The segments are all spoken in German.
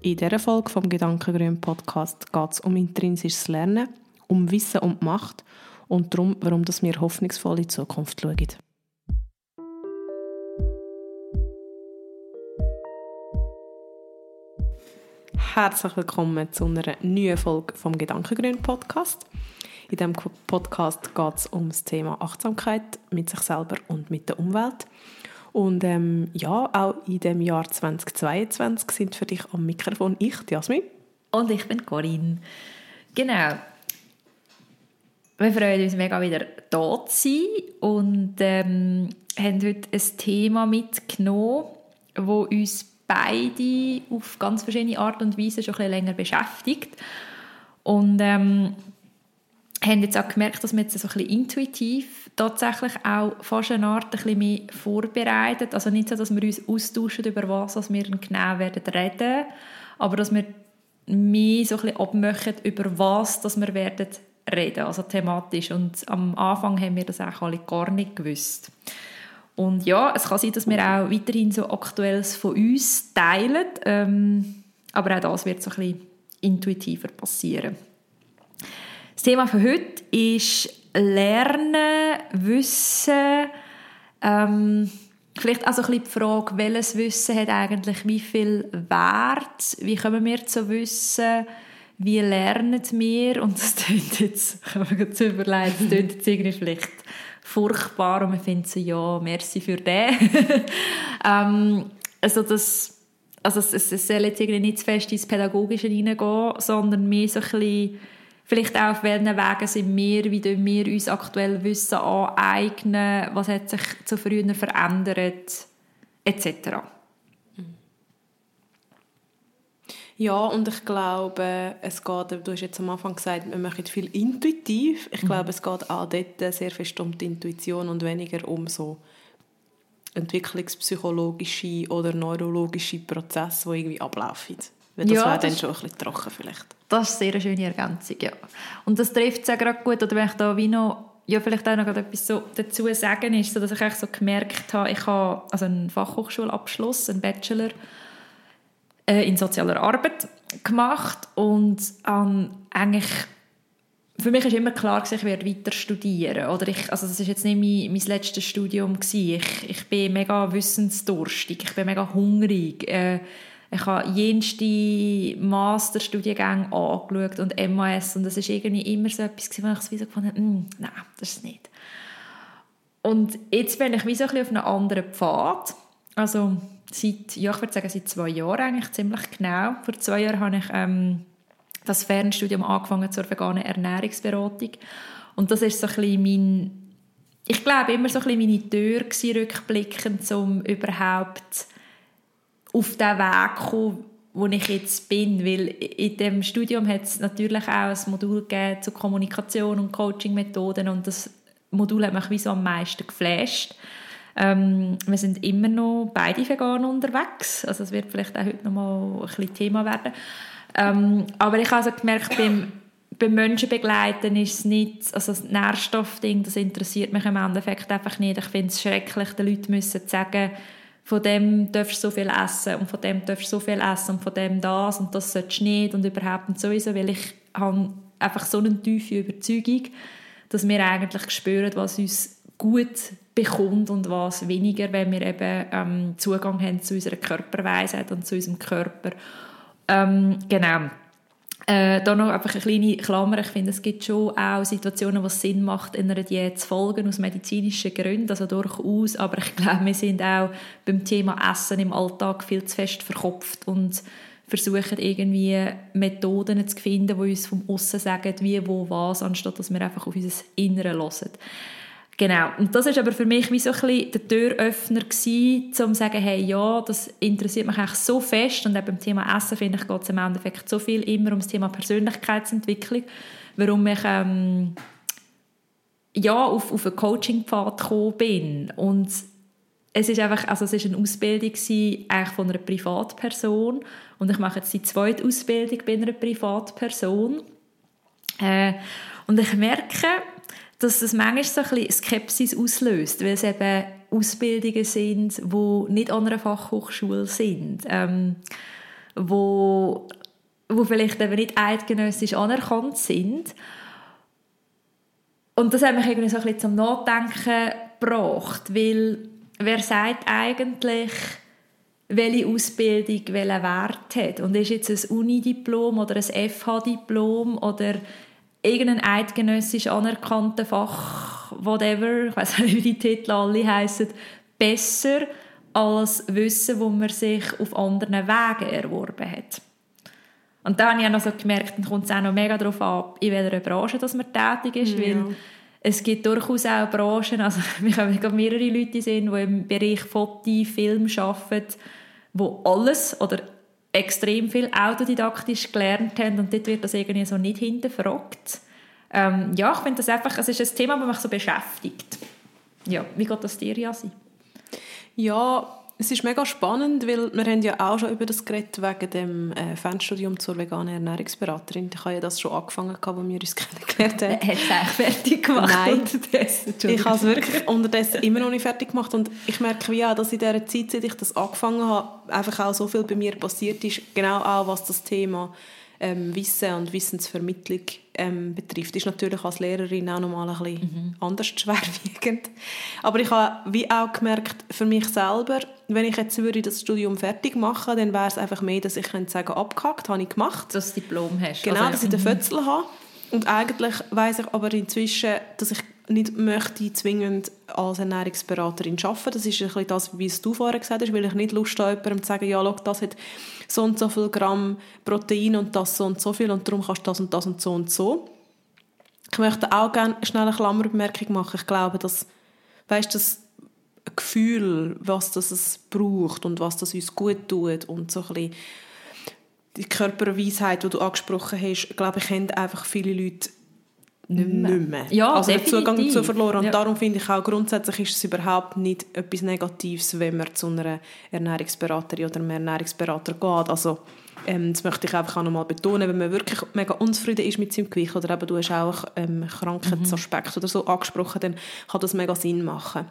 In dieser Folge vom Gedankengrün Podcast geht es um intrinsisches Lernen, um Wissen und Macht und darum, warum wir hoffnungsvoll in die Zukunft schauen. Herzlich willkommen zu einer neuen Folge vom Gedankengrün Podcast. In diesem Podcast geht es um das Thema Achtsamkeit mit sich selber und mit der Umwelt. Und auch in dem Jahr 2022 sind für dich am Mikrofon ich, Jasmin. Und ich bin Corinne. Genau. Wir freuen uns mega wieder da zu sein und haben heute ein Thema mitgenommen, das uns beide auf ganz verschiedene Art und Weise schon ein bisschen länger beschäftigt. Und haben jetzt auch gemerkt, dass wir jetzt so ein bisschen intuitiv tatsächlich auch fast eine Art ein bisschen mehr vorbereitet. Also nicht so, dass wir uns austauschen über was wir genau werden reden, aber dass wir mehr so ein bisschen abmachen über was dass wir werden reden, also thematisch. Und am Anfang haben wir das auch alle gar nicht gewusst. Und ja, es kann sein, dass wir auch weiterhin so Aktuelles von uns teilen, aber auch das wird so ein bisschen intuitiver passieren. Das Thema für heute ist Lernen, Wissen, vielleicht auch so ein bisschen die Frage, welches Wissen hat eigentlich wie viel Wert, wie kommen wir zu Wissen, wie lernen wir, und das klingt jetzt, kann man gut überlegen, das klingt jetzt irgendwie vielleicht furchtbar und man findet so, ja, merci für den. Es soll jetzt irgendwie nicht zu fest ins Pädagogische hineingehen, sondern mehr so ein bisschen, vielleicht auch auf welchen Wegen sind wir, wie wir uns aktuell Wissen aneignen, was hat sich zu früher verändert, etc. Ja, und ich glaube, es geht, du hast jetzt am Anfang gesagt, wir machen viel intuitiv. Ich glaube, es geht auch dort sehr fest um die Intuition und weniger um so entwicklungspsychologische oder neurologische Prozesse, die irgendwie ablaufen. Weil das wäre dann schon ein bisschen trocken vielleicht. Das ist eine sehr schöne Ergänzung, ja. Und das trifft es auch gerade gut, oder wenn ich da wie noch, ja, vielleicht auch noch etwas so dazu sagen ist, so dass ich eigentlich so gemerkt habe, ich habe also einen Fachhochschulabschluss, einen Bachelor in sozialer Arbeit gemacht und eigentlich für mich ist immer klar gewesen, ich werde weiter studieren. Oder also das ist jetzt nicht mein letztes Studium gewesen. Ich bin mega wissensdurstig, ich bin mega hungrig. Ich habe jenste Masterstudiengänge angeschaut und MAS und das ist irgendwie immer so etwas, wo ich so gefunden habe, nein, das ist es nicht. Und jetzt bin ich wie so ein bisschen auf einem anderen Pfad. Also ich würde sagen, seit 2 Jahren eigentlich, ziemlich genau. Vor 2 Jahren habe ich das Fernstudium angefangen zur veganen Ernährungsberatung. Und das ist so ein bisschen ich glaube, immer so ein bisschen meine Tür gewesen, rückblickend, um überhaupt auf den Weg zu kommen, wo ich jetzt bin. Weil in dem Studium hat es natürlich auch ein Modul gegeben zu Kommunikation und Coaching-Methoden und das Modul hat mich wie so am meisten geflasht. Wir sind immer noch beide vegan unterwegs. Also es wird vielleicht auch heute noch mal ein bisschen Thema werden. Aber ich habe also gemerkt, beim Menschen begleiten ist es nicht, also das Nährstoffding, das interessiert mich im Endeffekt einfach nicht. Ich finde es schrecklich, den Leuten müssen sagen, von dem darfst du so viel essen und von dem darfst du so viel essen und von dem das und das sollst du nicht und überhaupt nicht sowieso, weil ich habe einfach so eine tiefe Überzeugung, dass wir eigentlich spüren, was uns gut bekommt und was weniger, wenn wir eben Zugang haben zu unserer Körperweisheit und zu unserem Körper. Genau. Da noch einfach eine kleine Klammer. Ich finde, es gibt schon auch Situationen, wo es Sinn macht, in einer Diät zu folgen, aus medizinischen Gründen, also durchaus. Aber ich glaube, wir sind auch beim Thema Essen im Alltag viel zu fest verkopft und versuchen irgendwie Methoden zu finden, die uns vom Aussen sagen, wie, wo, was, anstatt dass wir einfach auf unser Innere hören. Genau. Und das war aber für mich wie so ein bisschen der Türöffner gewesen, um zu sagen, hey, ja, das interessiert mich eigentlich so fest. Und auch beim Thema Essen, finde ich, geht es im Endeffekt so viel immer um das Thema Persönlichkeitsentwicklung, warum ich auf einen Coaching-Pfad gekommen bin. Und es ist einfach, also es ist eine Ausbildung gewesen, eigentlich von einer Privatperson. Und ich mache jetzt die 2. Ausbildung bei einer Privatperson. Und ich merke, dass das manchmal so ein bisschen Skepsis auslöst, weil es eben Ausbildungen sind, die nicht an einer Fachhochschule sind. wo vielleicht eben nicht eidgenössisch anerkannt sind. Und das hat mich irgendwie so ein bisschen zum Nachdenken gebracht, weil wer sagt eigentlich, welche Ausbildung welchen Wert hat? Und ist jetzt ein Unidiplom oder ein FH-Diplom oder irgendein eidgenössisch anerkannter Fach, whatever, ich weiss nicht, wie die Titel alle heissen, besser als Wissen, das man sich auf anderen Wegen erworben hat? Und da habe ich auch noch so gemerkt, dann kommt es auch noch mega darauf an, in welcher Branche dass man tätig ist, weil es gibt durchaus auch Branchen, also wir haben mehrere Leute sehen, die im Bereich Foto, Film arbeiten, wo alles oder extrem viel autodidaktisch gelernt haben und dort wird das irgendwie so nicht hinterfragt. Ich finde das einfach, es ist ein Thema, das mich so beschäftigt. Ja, wie geht das dir, Yasi? Ja, es ist mega spannend, weil wir haben ja auch schon über das geredet wegen dem Fernstudium zur veganen Ernährungsberaterin. Ich habe ja das schon angefangen, als wir uns kennengelernt haben. Hat es eigentlich fertig gemacht? Nein, ich habe es wirklich unterdessen immer noch nicht fertig gemacht und ich merke wie auch, dass in dieser Zeit, seit ich das angefangen habe, einfach auch so viel bei mir passiert ist, genau auch was das Thema Wissen und Wissensvermittlung betrifft. Ist natürlich als Lehrerin auch nochmal ein bisschen anders schwerwiegend. Aber ich habe wie auch gemerkt, für mich selber, wenn ich jetzt würde das Studium fertig machen, dann wäre es einfach mehr, dass ich sagen könnte, abgehakt, habe ich gemacht. Dass du das Diplom hast. Genau, dass ich den Fötzel habe. Und eigentlich weiss ich aber inzwischen, dass ich nicht möchte zwingend als Ernährungsberaterin arbeiten. Das ist ein bisschen das, wie es du vorher gesagt hast, weil ich nicht Lust habe, jemandem zu sagen, ja, schau, das hat so und so viel Gramm Protein und das so und so viel und darum kannst du das und das und so und so. Ich möchte auch gerne schnell eine Klammerbemerkung machen. Ich glaube, dass, weißt, das Gefühl, was das es braucht und was das uns gut tut und so ein bisschen die Körperweisheit, die du angesprochen hast, glaube ich, haben einfach viele Leute nicht mehr. Ja, also definitiv. den Zugang dazu verloren. Und darum finde ich auch, grundsätzlich ist es überhaupt nicht etwas Negatives, wenn man zu einer Ernährungsberaterin oder einem Ernährungsberater geht. Also das möchte ich einfach auch nochmal betonen, wenn man wirklich mega unzufrieden ist mit seinem Gewicht oder eben du hast auch Krankheitsaspekt oder so angesprochen, dann kann das mega Sinn machen.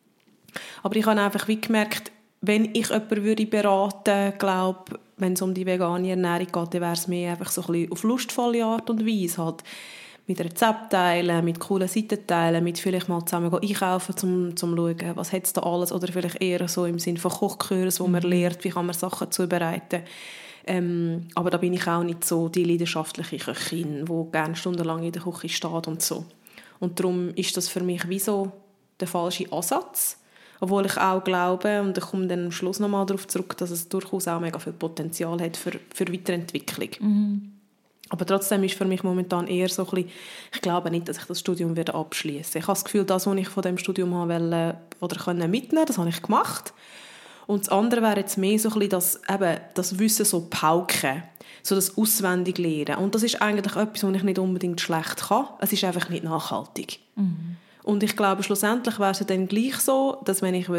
Aber ich habe einfach wie gemerkt, wenn ich jemanden würde beraten, glaube, wenn es um die vegane Ernährung geht, dann wäre es mehr einfach so ein bisschen auf lustvolle Art und Weise halt. Mit Rezeptteilen, mit coolen Seitenteilen, mit vielleicht mal zusammen einkaufen, um zu schauen, was hat es da alles, oder vielleicht eher so im Sinne von Kochkurs, wo man lernt, wie kann man Sachen zubereiten. Aber da bin ich auch nicht so die leidenschaftliche Köchin, die gerne stundenlang in der Küche steht und so. Und darum ist das für mich wie so der falsche Ansatz. Obwohl ich auch glaube, und ich komme dann am Schluss nochmal darauf zurück, dass es durchaus auch mega viel Potenzial hat für Weiterentwicklung. Mhm. Aber trotzdem ist für mich momentan eher so ein bisschen, ich glaube nicht, dass ich das Studium abschließen werde. Ich habe das Gefühl, das, was ich von dem Studium habe oder können mitnehmen, das habe ich gemacht. Und das andere wäre jetzt mehr so ein bisschen das Wissen so pauken, so das Auswendiglernen. Und das ist eigentlich etwas, was ich nicht unbedingt schlecht kann. Es ist einfach nicht nachhaltig. Mhm. Und ich glaube, schlussendlich wäre es dann gleich so, dass wenn ich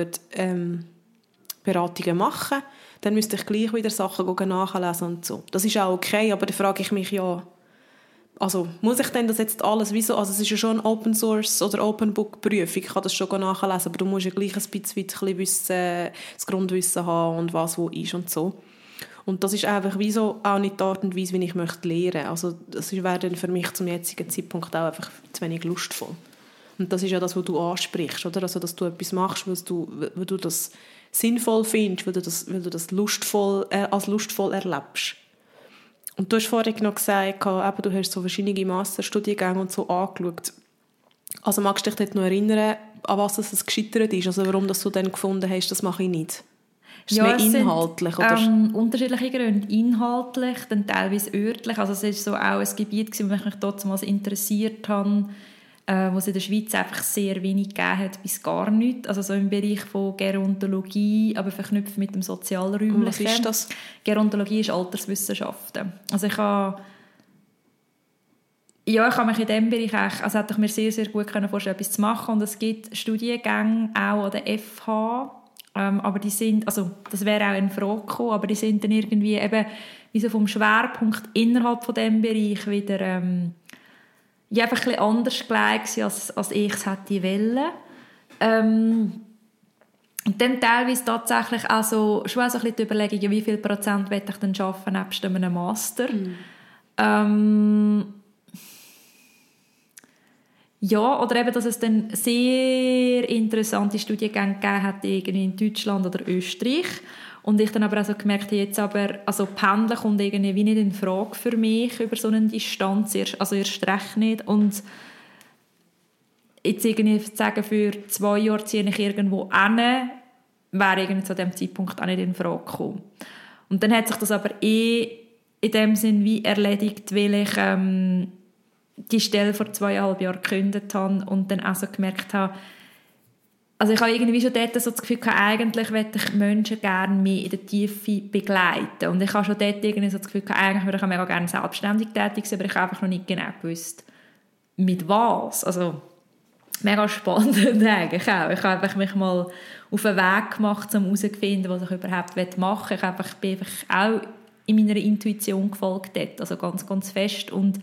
Beratungen machen würde, dann müsste ich gleich wieder Sachen nachlesen und so. Das ist auch okay, aber da frage ich mich ja, also muss ich denn das jetzt alles, wieso? Also es ist ja schon eine Open Source oder Open Book Prüfung, ich kann das schon nachlesen, aber du musst ja gleich ein bisschen wissen, das Grundwissen haben und was wo ist und so. Und das ist einfach wieso auch nicht die Art und Weise, wie ich möchte lernen. Also das wäre dann für mich zum jetzigen Zeitpunkt auch einfach zu wenig lustvoll. Und das ist ja das, was du ansprichst, oder? Also, dass du etwas machst, weil du das sinnvoll findest, weil du das lustvoll, als lustvoll erlebst. Und du hast vorhin noch gesagt, eben, du hast so verschiedene Masterstudiengänge und so angeschaut. Also magst du dich dort noch erinnern, an was es gescheitert ist? Also warum dass du dann gefunden hast, das mache ich nicht? Ist es mehr inhaltlich? Oder? Unterschiedliche Gründe. Inhaltlich, dann teilweise örtlich. Also es war so auch ein Gebiet, das mich damals interessiert hat, wo es in der Schweiz einfach sehr wenig gegeben hat, bis gar nichts. Also so im Bereich von Gerontologie, aber verknüpft mit dem Sozialräumlichen. Was ist das? Gerontologie ist Alterswissenschaften. Also ich habe mich in diesem Bereich hätte ich mir sehr, sehr gut vorstellen, etwas zu machen. Und es gibt Studiengänge auch an der FH, aber die sind, also das wäre auch in Frage gekommen, aber die sind dann irgendwie eben wie so vom Schwerpunkt innerhalb von diesem Bereich wieder einfach ein bisschen anders gelegt, als ich es hätte wollen. Und dann teilweise tatsächlich auch so, schon auch so ein bisschen die Überlegung, ja, wie viel Prozent will ich denn arbeiten nebst einem Master. Ja, oder eben, dass es dann sehr interessante Studiengänge gegeben hat, irgendwie in Deutschland oder Österreich. Und ich dann aber auch so gemerkt habe, jetzt aber, also Pendeln kommt irgendwie nicht in Frage für mich über so eine Distanz, also erst recht nicht. Und jetzt irgendwie zu sagen, für 2 Jahre ziehe ich irgendwo hin, wäre irgendwie zu diesem Zeitpunkt auch nicht in Frage gekommen. Und dann hat sich das aber in dem Sinn wie erledigt, weil ich die Stelle vor 2,5 Jahren gekündigt habe und dann auch so gemerkt habe, also ich habe irgendwie schon dort so das Gefühl gehabt, eigentlich möchte ich Menschen gerne mehr in der Tiefe begleiten. Und ich habe schon dort irgendwie so das Gefühl gehabt, eigentlich würde ich mega gerne selbstständig tätig sein, aber ich habe einfach noch nicht genau gewusst, mit was. Also mega spannend eigentlich auch. Ich habe einfach mich mal auf den Weg gemacht, um herauszufinden, was ich überhaupt machen will. Ich bin einfach auch in meiner Intuition gefolgt dort, also ganz, ganz fest. Und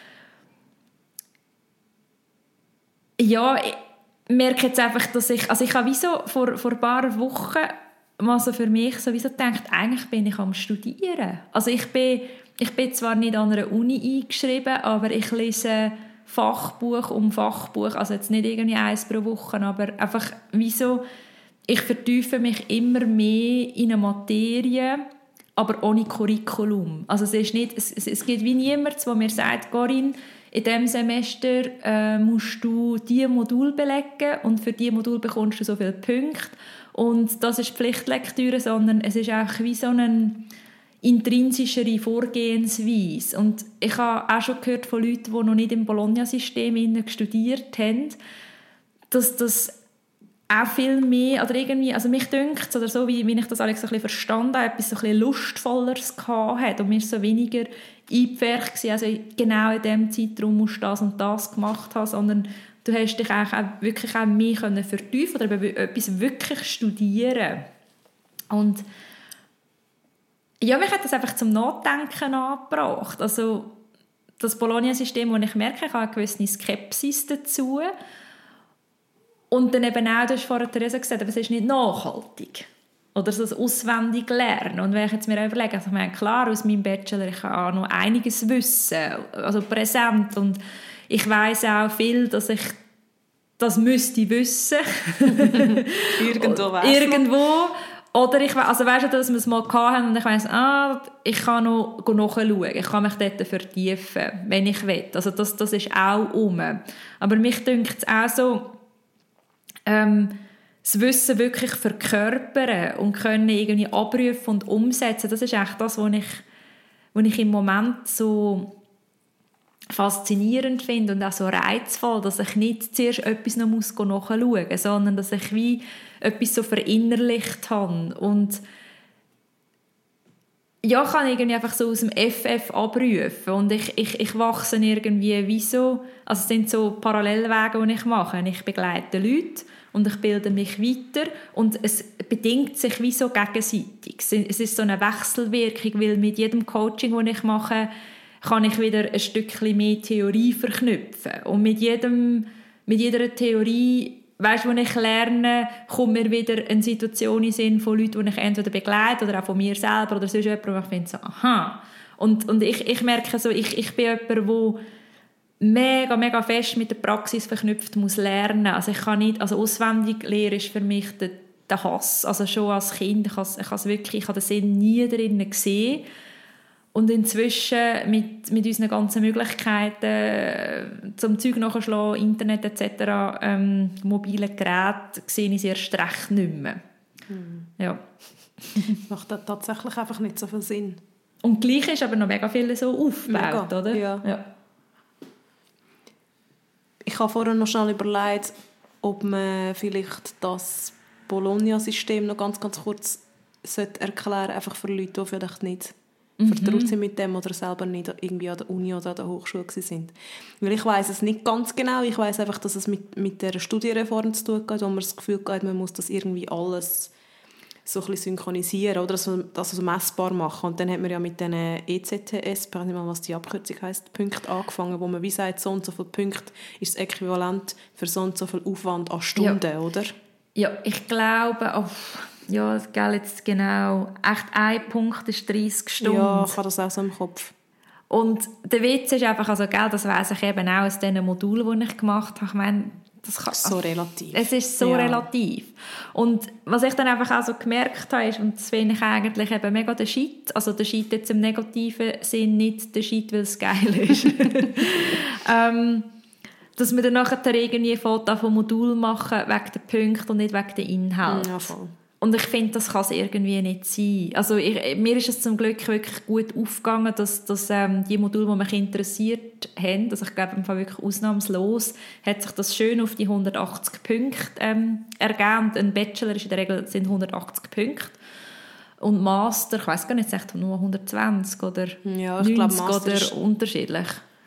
ja, ich merke jetzt einfach, dass ich habe wie so vor ein paar Wochen mal so für mich sowieso gedacht, eigentlich bin ich am Studieren. Also ich bin zwar nicht an einer Uni eingeschrieben, aber ich lese Fachbuch um Fachbuch, also jetzt nicht irgendwie 1 pro Woche, aber einfach wie so, ich vertiefe mich immer mehr in eine Materie, aber ohne Curriculum. Also es gibt wie niemand, der mir sagt, Corinne, in diesem Semester musst du diese Modul belegen und für diese Modul bekommst du so viele Punkte und das ist Pflichtlektüre, sondern es ist auch wie so eine intrinsischere Vorgehensweise. Und ich habe auch schon gehört von Leuten, die noch nicht im Bologna-System studiert haben, dass das auch viel mehr, oder irgendwie, also mich dünkt oder so, wie ich das alles so ein bisschen verstanden habe, etwas so ein bisschen Lustvolleres gehabt und mir so weniger eingepfercht gewesen, also genau in diesem Zeitraum musst du das und das gemacht haben, sondern du hast dich auch wirklich auch mehr vertiefen oder etwas wirklich studieren. Und ja, mich hat das einfach zum Nachdenken angebracht. Also das Bologna-System, wo ich merke, ich habe eine gewisse Skepsis dazu. Und dann eben auch, du hast vorhin Theresa gesagt, aber es ist nicht nachhaltig. Oder so das auswendig lernen. Und wenn ich jetzt mir überlege, also ich meine, klar, aus meinem Bachelor, ich kann auch noch einiges wissen, also präsent. Und ich weiss auch viel, dass ich das müsste wissen. Irgendwo. Oder ich also weißt du, dass wir es mal hatten und ich weiss, ich kann noch nachschauen, ich kann mich dort vertiefen, wenn ich will. Also das ist auch Aber mich dünkt es auch so, das Wissen wirklich verkörpern und können irgendwie abrufen und umsetzen, das ist echt das, was ich im Moment so faszinierend finde und auch so reizvoll, dass ich nicht zuerst etwas noch nachschauen muss, sondern dass ich wie etwas so verinnerlicht habe und ja, kann irgendwie einfach so aus dem FF abrufen und ich wachse irgendwie wie so, also es sind so Parallelwege, die ich mache. Ich begleite Leute und ich bilde mich weiter und es bedingt sich wie so gegenseitig. Es ist so eine Wechselwirkung, weil mit jedem Coaching, das ich mache, kann ich wieder ein Stückchen mehr Theorie verknüpfen. Und mit jeder Theorie, weißt du, wenn ich lerne, kommt mir wieder eine Situation in den Sinn von Leuten, die ich entweder begleite oder auch von mir selber oder sonst jemand, und ich finde so, aha. Und ich merke so, ich bin jemand, der mega, mega fest mit der Praxis verknüpft muss lernen. Also ich kann nicht, also auswendig lernen ist für mich der Hass. Also schon als Kind, ich habe den Sinn nie darin gesehen. Und inzwischen mit unseren ganzen Möglichkeiten zum Zeug nachschlagen, Internet etc., mobile Geräte, sehe ich es erst recht nicht mehr. Ja. Macht tatsächlich einfach nicht so viel Sinn. Und gleich ist aber noch mega viel so aufgebaut, oder? Ja. Ich habe vorhin noch schnell überlegt, ob man vielleicht das Bologna-System noch ganz, ganz kurz erklären sollte, einfach für Leute, die vielleicht nicht vertraut sind mit dem oder selber nicht irgendwie an der Uni oder an der Hochschule sind. Weil ich weiss es nicht ganz genau. Ich weiss einfach, dass es mit der Studienreform zu tun hat, wo man das Gefühl hat, man muss das irgendwie alles so ein bisschen synchronisieren oder so messbar machen. Und dann hat man ja mit den ECTS, ich weiß nicht mal, was die Abkürzung heisst, Punkten angefangen, wo man wie sagt, so und so viele Punkte ist das Äquivalent für so und so viel Aufwand an Stunden, oder? Ja, ich glaube, es geht jetzt genau, echt ein Punkt ist 30 Stunden. Ja, ich habe das auch so im Kopf. Und der Witz ist einfach, also, das weiss ich eben auch aus diesen Modulen, die ich gemacht habe. Ich meine, das kann, so relativ. Es ist so relativ. Und was ich dann einfach auch so gemerkt habe, ist, und das finde ich eigentlich eben mega der Shit, also der Shit jetzt im negativen Sinn, nicht der Shit, weil es geil ist, dass man dann nachher irgendwie von Modul machen wegen der Punkte und nicht wegen der Inhalte. Ja, voll. Und ich finde, das kann es irgendwie nicht sein. Also mir ist es zum Glück wirklich gut aufgegangen, dass die Module, die mich interessiert haben, also ich glaube, im Fall wirklich ausnahmslos, hat sich das schön auf die 180 Punkte ergeben. Und ein Bachelor ist in der Regel sind 180 Punkte. Und Master, ich weiss gar nicht, ist nur 120 oder 90 oder unterschiedlich.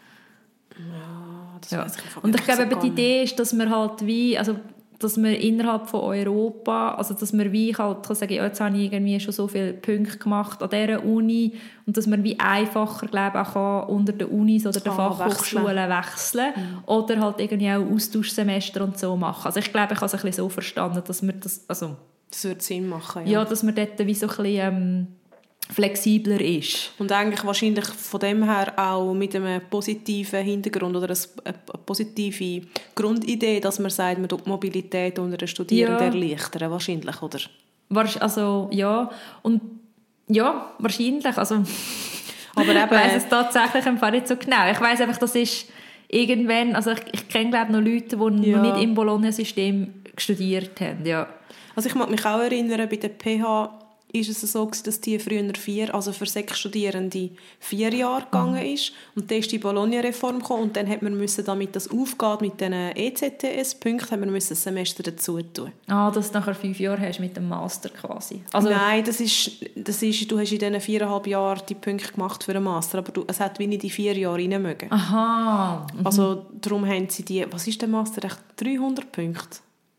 Ja, das weiss ich Und ich glaube, die Idee ist, dass man halt dass man innerhalb von Europa, also dass man wie halt kann sagen, ja, jetzt habe ich irgendwie schon so viele Punkte gemacht an dieser Uni und dass man wie einfacher, glaube ich, auch kann unter den Unis oder den Fachhochschulen wechseln oder halt irgendwie auch Austauschsemester und so machen. Also ich glaube, ich habe es ein bisschen so verstanden, dass man das, also das würde Sinn machen, ja, dass man dort wie so ein bisschen flexibler ist. Und eigentlich wahrscheinlich von dem her auch mit einem positiven Hintergrund oder eine positive Grundidee, dass man sagt, man tut die Mobilität unter den Studierenden erleichtern, wahrscheinlich, oder? Also, ja. Und ja, wahrscheinlich. Also, aber eben, ich weiss es tatsächlich nicht so genau. Ich weiss einfach, das ist irgendwann, also ich kenne glaube noch Leute, die noch nicht im Bologna-System studiert haben, ja. Also ich mag mich auch erinnern, bei der PH ist es so, dass die früher also für 6 Studierende 4 Jahre gegangen ist. Und dann ist die Bologna-Reform gekommen und dann hat man müssen, damit das aufgeht mit den ECTS-Punkten, haben wir ein Semester dazu tun. Dass du nachher 5 Jahre hast mit dem Master quasi. Also, nein, das ist, du hast in diesen 4,5 Jahren die Punkte gemacht für einen Master, aber es hat wie nicht die 4 Jahre rein mögen. Aha. Also darum haben sie die, was ist der Master, echt 300 Punkte?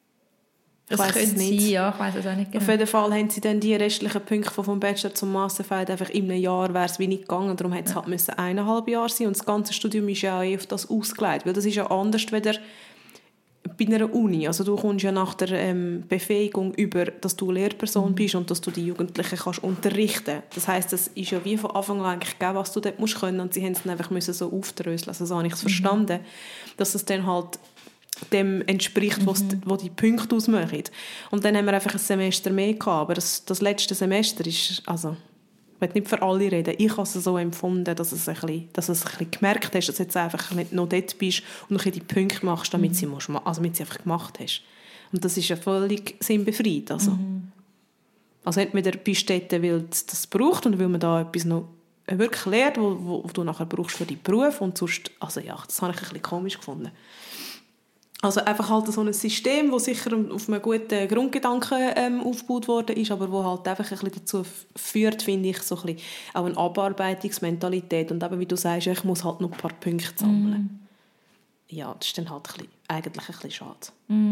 Das könnte sein, ja, ich weiss es auch nicht genau. Auf jeden Fall haben sie dann die restlichen Punkte vom Bachelor zum Master einfach in einem Jahr wäre es wie nicht gegangen. Darum hätte es halt 1,5 Jahre sein. Und das ganze Studium ist ja auch auf das ausgelegt. Weil das ist ja anders als bei einer Uni. Also du kommst ja nach der Befähigung über, dass du Lehrperson bist und dass du die Jugendlichen kannst unterrichten. Das heisst, das ist ja wie von Anfang an eigentlich gegeben, was du dort musst können. Und sie haben es dann einfach so aufdröseln. Also so habe ich es verstanden, dass es dann halt dem entspricht, wo die Punkte ausmachen. Und dann haben wir einfach ein Semester mehr gehabt. Aber das letzte Semester ist, also, ich will nicht für alle reden, ich habe es so empfunden, dass du es ein bisschen gemerkt hast, dass du jetzt einfach nicht noch dort bist und noch die Punkte machst, damit sie einfach gemacht hast. Und das ist ja völlig sinnbefreit. Also entweder bist du dort, weil es das braucht und weil man da etwas noch wirklich lernt, wo du nachher brauchst für deinen Beruf und sonst, also ja, das habe ich ein bisschen komisch gefunden. Also einfach halt so ein System, das sicher auf einem guten Grundgedanken aufgebaut worden ist, aber wo halt einfach ein bisschen dazu führt, finde ich, so ein bisschen auch eine Abarbeitungsmentalität. Und eben, wie du sagst, ich muss halt noch ein paar Punkte sammeln. Ja, das ist dann halt eigentlich ein bisschen schade.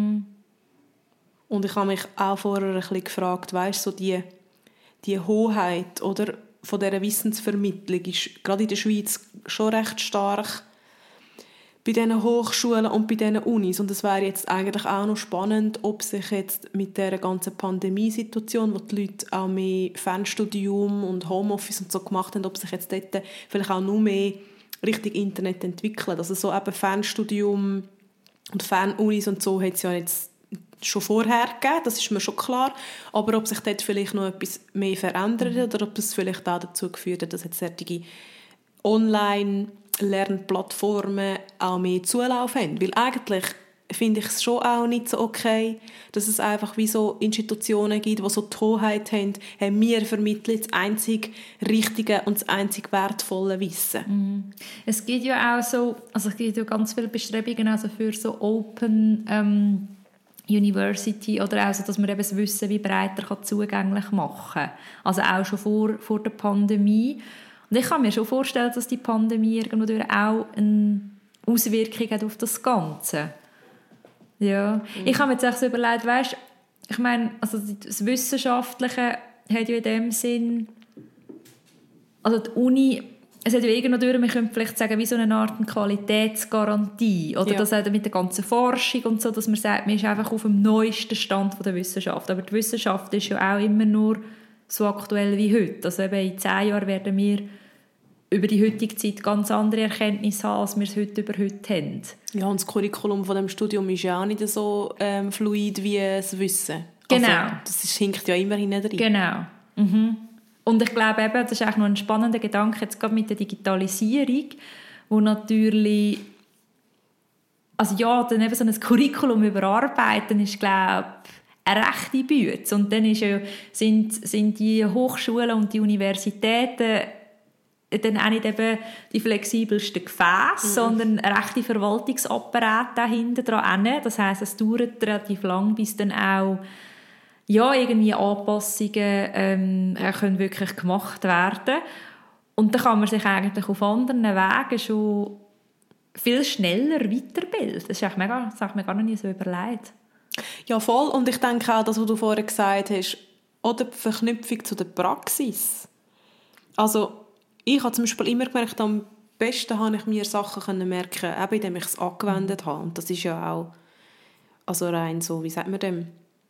Und ich habe mich auch vorher ein bisschen gefragt, weißt du, so die Hoheit oder, von dieser Wissensvermittlung ist gerade in der Schweiz schon recht stark bei diesen Hochschulen und bei diesen Unis. Und es wäre jetzt eigentlich auch noch spannend, ob sich jetzt mit dieser ganzen Pandemiesituation, wo die Leute auch mehr Fernstudium und Homeoffice und so gemacht haben, ob sich jetzt dort vielleicht auch noch mehr Richtung Internet entwickeln. Also so eben Fernstudium und Fernunis und so hat es ja jetzt schon vorher gegeben, das ist mir schon klar. Aber ob sich dort vielleicht noch etwas mehr verändert oder ob es vielleicht auch dazu geführt hat, dass jetzt solche Online-Lernplattformen auch mehr Zulauf haben. Weil eigentlich finde ich es schon auch nicht so okay, dass es einfach wie so Institutionen gibt, die so die Hoheit haben, wir vermitteln das einzig Richtige und das einzig wertvolle Wissen. Es gibt ja auch so, also es gibt ja ganz viele Bestrebungen also für so Open University oder auch so, dass man eben das Wissen wie breiter zugänglich machen kann. Also auch schon vor der Pandemie. Und ich kann mir schon vorstellen, dass die Pandemie irgendwo auch eine Auswirkung hat auf das Ganze. Ja. Ich habe mir jetzt auch so überlegt, weißt, ich meine, also das Wissenschaftliche hat ja in dem Sinn, also die Uni es hat ja irgendwo durch, man könnte vielleicht sagen, wie so eine Art Qualitätsgarantie. Oder das auch mit der ganzen Forschung und so, dass man sagt, man ist einfach auf dem neuesten Stand der Wissenschaft. Aber die Wissenschaft ist ja auch immer nur so aktuell wie heute. Also eben in 10 Jahren werden wir über die heutige Zeit ganz andere Erkenntnisse haben, als wir es heute über heute haben. Ja, und das Curriculum von dem Studium ist ja auch nicht so fluid wie das Wissen. Genau. Also, das hinkt ja immer hinein rein. Genau. Mhm. Und ich glaube eben, das ist eigentlich noch ein spannender Gedanke, jetzt gerade mit der Digitalisierung, wo natürlich, also ja, dann eben so ein Curriculum überarbeiten ist, glaube ich, eine rechte Bütze. Und dann sind die Hochschulen und die Universitäten dann auch nicht eben die flexibelsten Gefäße, sondern ein rechter Verwaltungsapparat dahinter dran. Das heisst, es dauert relativ lang, bis dann auch irgendwie Anpassungen können wirklich gemacht werden. Und dann kann man sich eigentlich auf anderen Wegen schon viel schneller weiterbilden. Das habe ich mir gar nicht so überlegt. Ja, voll. Und ich denke auch, das, was du vorher gesagt hast, oder die Verknüpfung zu der Praxis. Also, ich habe zum Beispiel immer gemerkt, am besten habe ich mir Sachen merken, eben indem ich es angewendet habe. Und das ist ja auch also rein so, wie sagt man dem,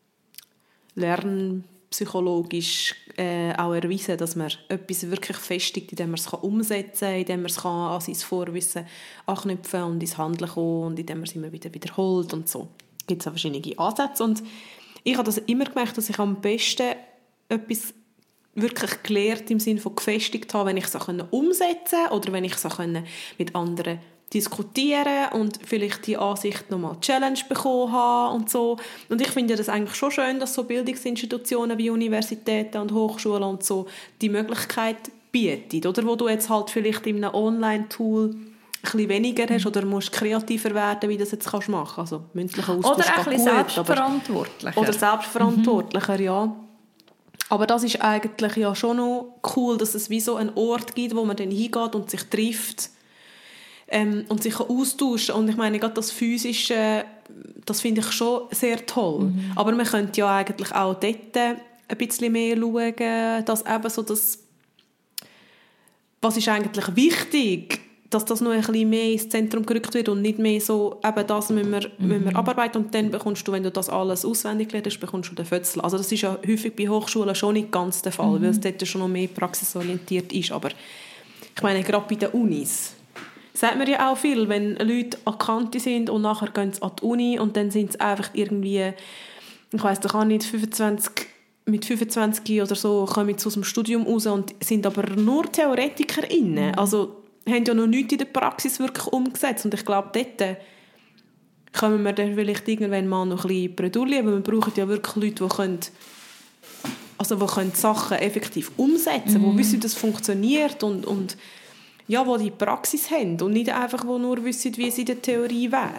lernpsychologisch auch erwiesen, dass man etwas wirklich festigt, indem man es umsetzen kann, indem man es an sein Vorwissen anknüpfen und ins Handeln kommen und indem man es immer wieder wiederholt und so. Es gibt auch verschiedene Ansätze und ich habe das immer gemerkt, dass ich am besten etwas wirklich gelernt im Sinne von gefestigt habe, wenn ich es umsetzen konnte oder wenn ich es mit anderen diskutieren und vielleicht die Ansicht nochmal Challenge bekommen habe und so. Und ich finde das eigentlich schon schön, dass so Bildungsinstitutionen wie Universitäten und Hochschulen und so die Möglichkeit bieten, oder? Wo du jetzt halt vielleicht in einem Online-Tool ein bisschen weniger hast oder musst kreativer werden, wie du das jetzt kannst machen. Also mündlicher Austausch oder ein bisschen gut, selbstverantwortlicher. Oder selbstverantwortlicher, ja. Aber das ist eigentlich ja schon noch cool, dass es wie so einen Ort gibt, wo man dann hingeht und sich trifft und sich austauschen kann. Und ich meine, gerade das Physische, das finde ich schon sehr toll. Mhm. Aber man könnte ja eigentlich auch dort ein bisschen mehr schauen, dass eben so das, was ist eigentlich wichtig, dass das noch ein bisschen mehr ins Zentrum gerückt wird und nicht mehr so, eben das müssen wir abarbeiten und dann bekommst du, wenn du das alles auswendig gelernt hast, bekommst du den Fötzel. Also das ist ja häufig bei Hochschulen schon nicht ganz der Fall, weil es dort schon noch mehr praxisorientiert ist. Aber ich meine, gerade bei den Unis sagt man ja auch viel, wenn Leute an der Kante sind und nachher gehen sie an die Uni und dann sind sie einfach irgendwie, ich weiss doch auch nicht, mit 25 oder so kommen sie aus dem Studium raus und sind aber nur TheoretikerInnen. Also haben ja noch nichts in der Praxis wirklich umgesetzt. Und ich glaube, dort kommen wir dann vielleicht irgendwann mal noch ein bisschen Bredouille, weil wir brauchen ja wirklich Leute, die können Sachen effektiv umsetzen, die wissen, dass es funktioniert und ja, die die Praxis haben und nicht einfach, die nur wissen, wie es in der Theorie wäre.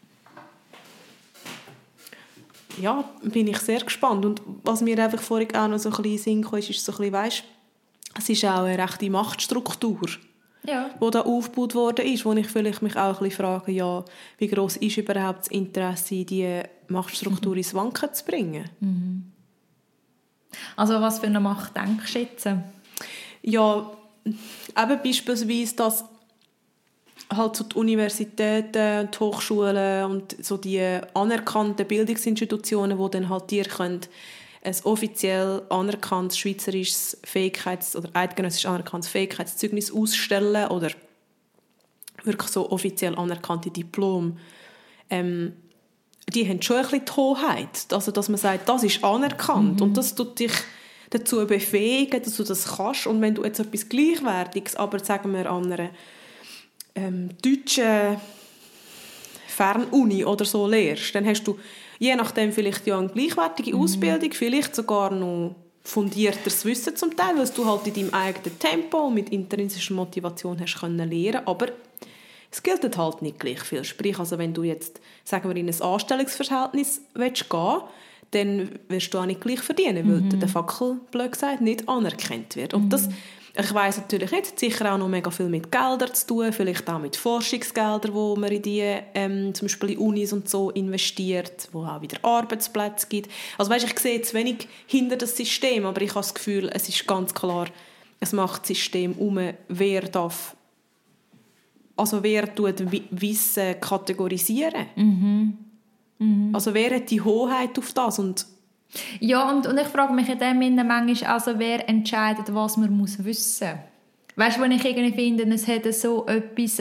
Ja, bin ich sehr gespannt. Und was mir einfach vorhin auch noch so ein bisschen in den Sinn kam, ist so ein bisschen, weisst, es ist auch eine rechte Machtstruktur, die da aufgebaut worden ist, wo ich vielleicht mich auch ein bisschen frage, ja, wie gross ist überhaupt das Interesse, diese Machtstruktur ins Wanken zu bringen? Mhm. Also was für eine Macht denkst du jetzt? Ja, eben beispielsweise, dass halt so die Universitäten, die Hochschulen und so die anerkannten Bildungsinstitutionen, die dann halt dir können ein offiziell anerkanntes schweizerisches oder eidgenössisch anerkanntes Fähigkeitszeugnis ausstellen oder wirklich so offiziell anerkannte Diplom. Die haben schon ein bisschen die Hoheit. Also, dass man sagt, das ist anerkannt und das tut dich dazu befähigen, dass du das kannst. Und wenn du jetzt etwas Gleichwertiges, aber sagen wir an einer deutschen Fernuni oder so lehrst, dann hast du je nachdem vielleicht ja eine gleichwertige Ausbildung, vielleicht sogar noch fundierteres Wissen zum Teil, weil du halt in deinem eigenen Tempo und mit intrinsischer Motivation hast können lernen, aber es gilt halt nicht gleich viel. Sprich, also wenn du jetzt, sagen wir, in ein Anstellungsverhältnis willst gehen, dann wirst du auch nicht gleich verdienen, weil der Fackel, blöd gesagt, nicht anerkannt wird. Und das, ich weiss natürlich nicht, sicher auch noch mega viel mit Geldern zu tun, vielleicht auch mit Forschungsgeldern, wo man in die, zum Beispiel in Unis und so investiert, wo auch wieder Arbeitsplätze gibt. Also weißt, ich sehe jetzt wenig hinter das System, aber ich habe das Gefühl, es ist ganz klar ein Machtsystem wer darf, also wer tut Wissen kategorisieren. Also wer hat die Hoheit auf das? Und ja, und ich frage mich in dem Sinne manchmal, also wer entscheidet, was man muss wissen muss. Weißt du, wenn ich irgendwie finde, es hätte so etwas...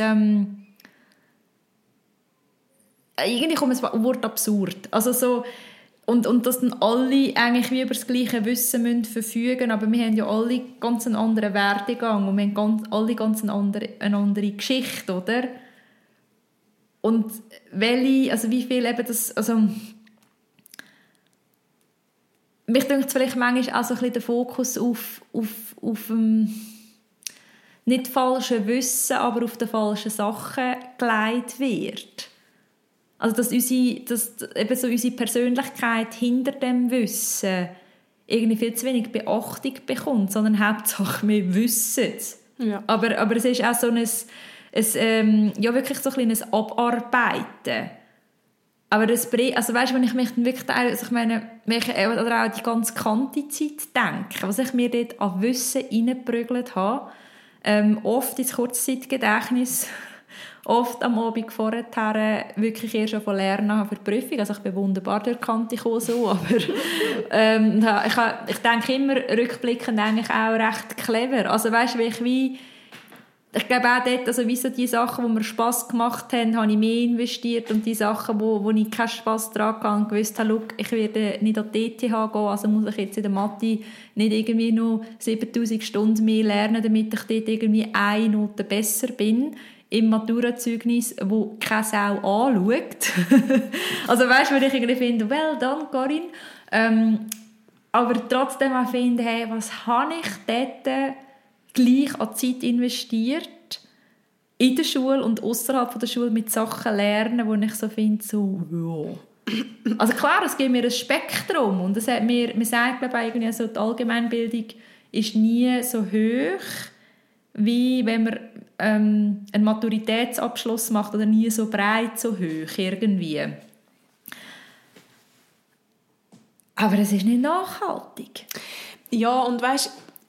irgendwie kommt das Wort absurd. Also so, und dass dann alle eigentlich wie über das gleiche Wissen müssen verfügen, aber wir haben ja alle ganz einen anderen Werdegang und wir haben alle ganz eine andere Geschichte, oder? Und wie viel eben das... Also, mich denkt vielleicht manchmal auch so ein bisschen der Fokus auf nicht falschen Wissen, aber auf die falschen Sachen gelegt wird. Also dass eben so unsere Persönlichkeit hinter dem Wissen irgendwie viel zu wenig Beachtung bekommt, sondern Hauptsache wir wissen es. Ja. Aber es ist auch so wirklich so ein kleines Abarbeiten. Aber also weißt, wenn ich mich dann wirklich, also ich meine, oder auch die ganze Kanti-Zeit denke, was ich mir dort an Wissen reingeprügelt habe, oft ins Kurzzeitgedächtnis, oft am Abend vorher wirklich eher schon von Lernen für die Prüfung. Also ich bin wunderbar durch die Kante gekommen, so, aber ich denke immer rückblickend eigentlich auch recht clever. Also weißt, ich glaube auch dort, also wie so die Sachen, die mir Spass gemacht haben, habe ich mehr investiert und die Sachen, wo ich keinen Spass daran hatte und gewusst habe, look, ich werde nicht an die ETH gehen, also muss ich jetzt in der Mathe nicht irgendwie noch 7000 Stunden mehr lernen, damit ich dort irgendwie eine Note besser bin im Maturazeugnis, wo keine Sau anschaut. Also weißt du, wenn ich irgendwie finde, well done, Corinne. Aber trotzdem auch finde, hey, was habe ich dort gleich an Zeit investiert in der Schule und außerhalb der Schule mit Sachen lernen, wo ich so finde, ja. Also klar, es gibt mir ein Spektrum und es hat mir sagt, glaube ich, irgendwie so, die Allgemeinbildung ist nie so hoch, wie wenn man einen Maturitätsabschluss macht, oder nie so breit, so hoch irgendwie. Aber es ist nicht nachhaltig. Ja, und weisst,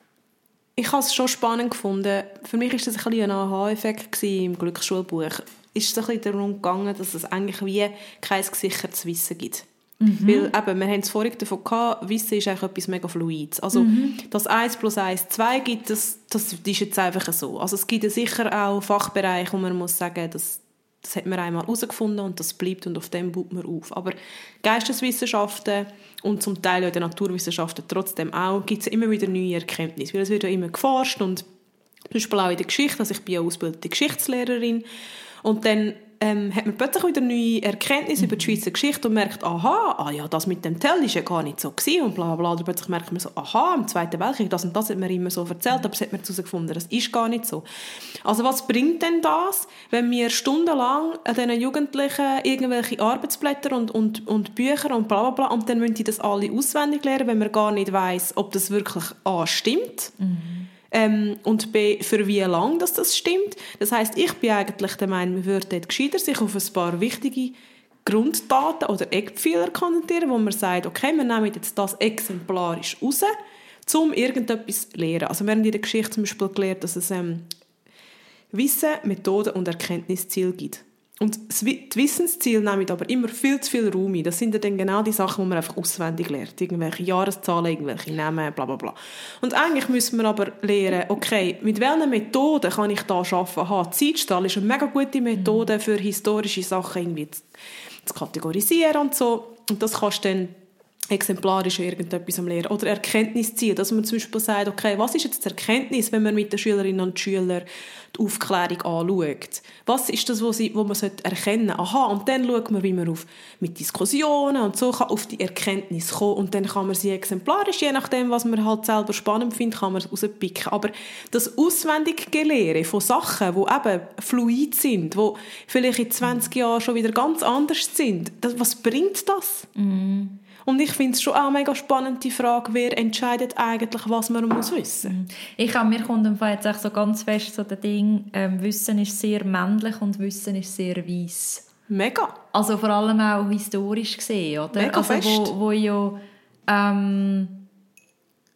ich habe es schon spannend gefunden. Für mich war das ein bisschen ein Aha-Effekt im Glücksschulbuch. Es ist ein bisschen darum gegangen, dass es eigentlich wie kein gesichertes Wissen gibt. Weil eben, wir haben es vorhin davon gehabt, Wissen ist eigentlich etwas mega Fluides. Also, dass 1 + 1 2 gibt, das ist jetzt einfach so. Also es gibt ja sicher auch Fachbereiche, wo man muss sagen, das hat man einmal herausgefunden und das bleibt und auf dem baut man auf. Aber Geisteswissenschaften und zum Teil auch in den Naturwissenschaften trotzdem auch, gibt es immer wieder neue Erkenntnisse. Weil es wird ja immer geforscht und zum Beispiel auch in der Geschichte, also ich bin ja ausgebildete Geschichtslehrerin und dann hat man plötzlich wieder neue Erkenntnisse über die Schweizer Geschichte und merkt, das mit dem Tell ist ja gar nicht so gewesen und bla bla bla. Oder plötzlich merkt man so, im Zweiten Weltkrieg, das und das hat man immer so erzählt, aber das hat man herausgefunden, das ist gar nicht so. Also was bringt denn das, wenn wir stundenlang diesen Jugendlichen irgendwelche Arbeitsblätter und Bücher und bla bla bla und dann müssen die das alle auswendig lernen, wenn man gar nicht weiss, ob das wirklich A stimmt. Und B, für wie lange das stimmt. Das heisst, ich bin eigentlich der Meinung, man würde dort gescheiter sich auf ein paar wichtige Grunddaten oder Eckpfeiler konzentrieren, wo man sagt, okay, wir nehmen jetzt das exemplarisch raus, um irgendetwas zu lernen. Also wir haben in der Geschichte zum Beispiel gelernt, dass es Wissen, Methoden und Erkenntnisziele gibt. Und die Wissensziele nehmen aber immer viel zu viel Raum ein. Das sind dann genau die Sachen, die man einfach auswendig lernt. Irgendwelche Jahreszahlen, irgendwelche Namen, bla bla bla. Und eigentlich müssen wir aber lernen, okay, mit welchen Methoden kann ich da arbeiten? Zeitstrahl ist eine mega gute Methode für historische Sachen irgendwie zu kategorisieren und so. Und das kannst du dann exemplarisch irgendetwas am Lernen. Oder Erkenntnisziel, dass man zum Beispiel sagt, okay, was ist jetzt die Erkenntnis, wenn man mit den Schülerinnen und Schülern die Aufklärung anschaut? Was ist das, wo man erkennen sollte? Aha, und dann schaut man, wie man mit Diskussionen und so kann auf die Erkenntnis kommen und dann kann man sie exemplarisch, je nachdem, was man halt selber spannend findet, kann man es rauspicken. Aber das auswendige Lehren von Sachen, die eben fluid sind, die vielleicht in 20 Jahren schon wieder ganz anders sind, was bringt das? Und ich finde es schon auch eine mega spannende Frage, wer entscheidet eigentlich, was man muss wissen. Mir kommt jetzt auch so ganz fest so der Ding, Wissen ist sehr männlich und Wissen ist sehr weiss. Mega. Also vor allem auch historisch gesehen, oder? Mega also fest. Wo ja,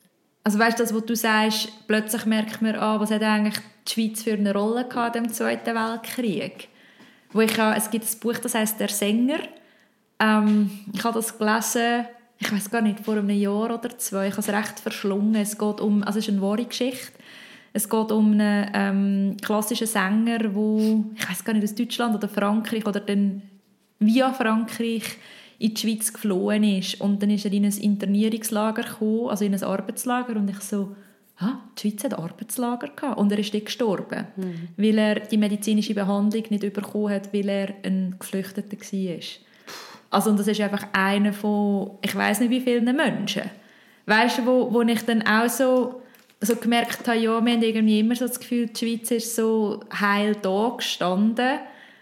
also weißt du, das, was du sagst, plötzlich merkt man, was hat eigentlich die Schweiz für eine Rolle gehabt im Zweiten Weltkrieg? Es gibt ein Buch, das heisst «Der Sänger». Ich habe das gelesen, ich weiß gar nicht, vor einem Jahr oder 2. Ich habe es recht verschlungen. Es ist eine wahre Geschichte. Es geht um einen klassischen Sänger, der, ich weiß gar nicht, aus Deutschland oder Frankreich oder dann via Frankreich in die Schweiz geflohen ist. Und dann ist er in ein Internierungslager gekommen, also in ein Arbeitslager. Und ich so, die Schweiz hat Arbeitslager gehabt. Und er ist dort gestorben, weil er die medizinische Behandlung nicht bekommen hat, weil er ein Geflüchteter war. Also, und das ist einfach einer von, ich weiss nicht wie vielen Menschen. Weißt du, wo ich dann auch so gemerkt habe, ja, wir haben irgendwie immer so das Gefühl, die Schweiz ist so heil da gestanden.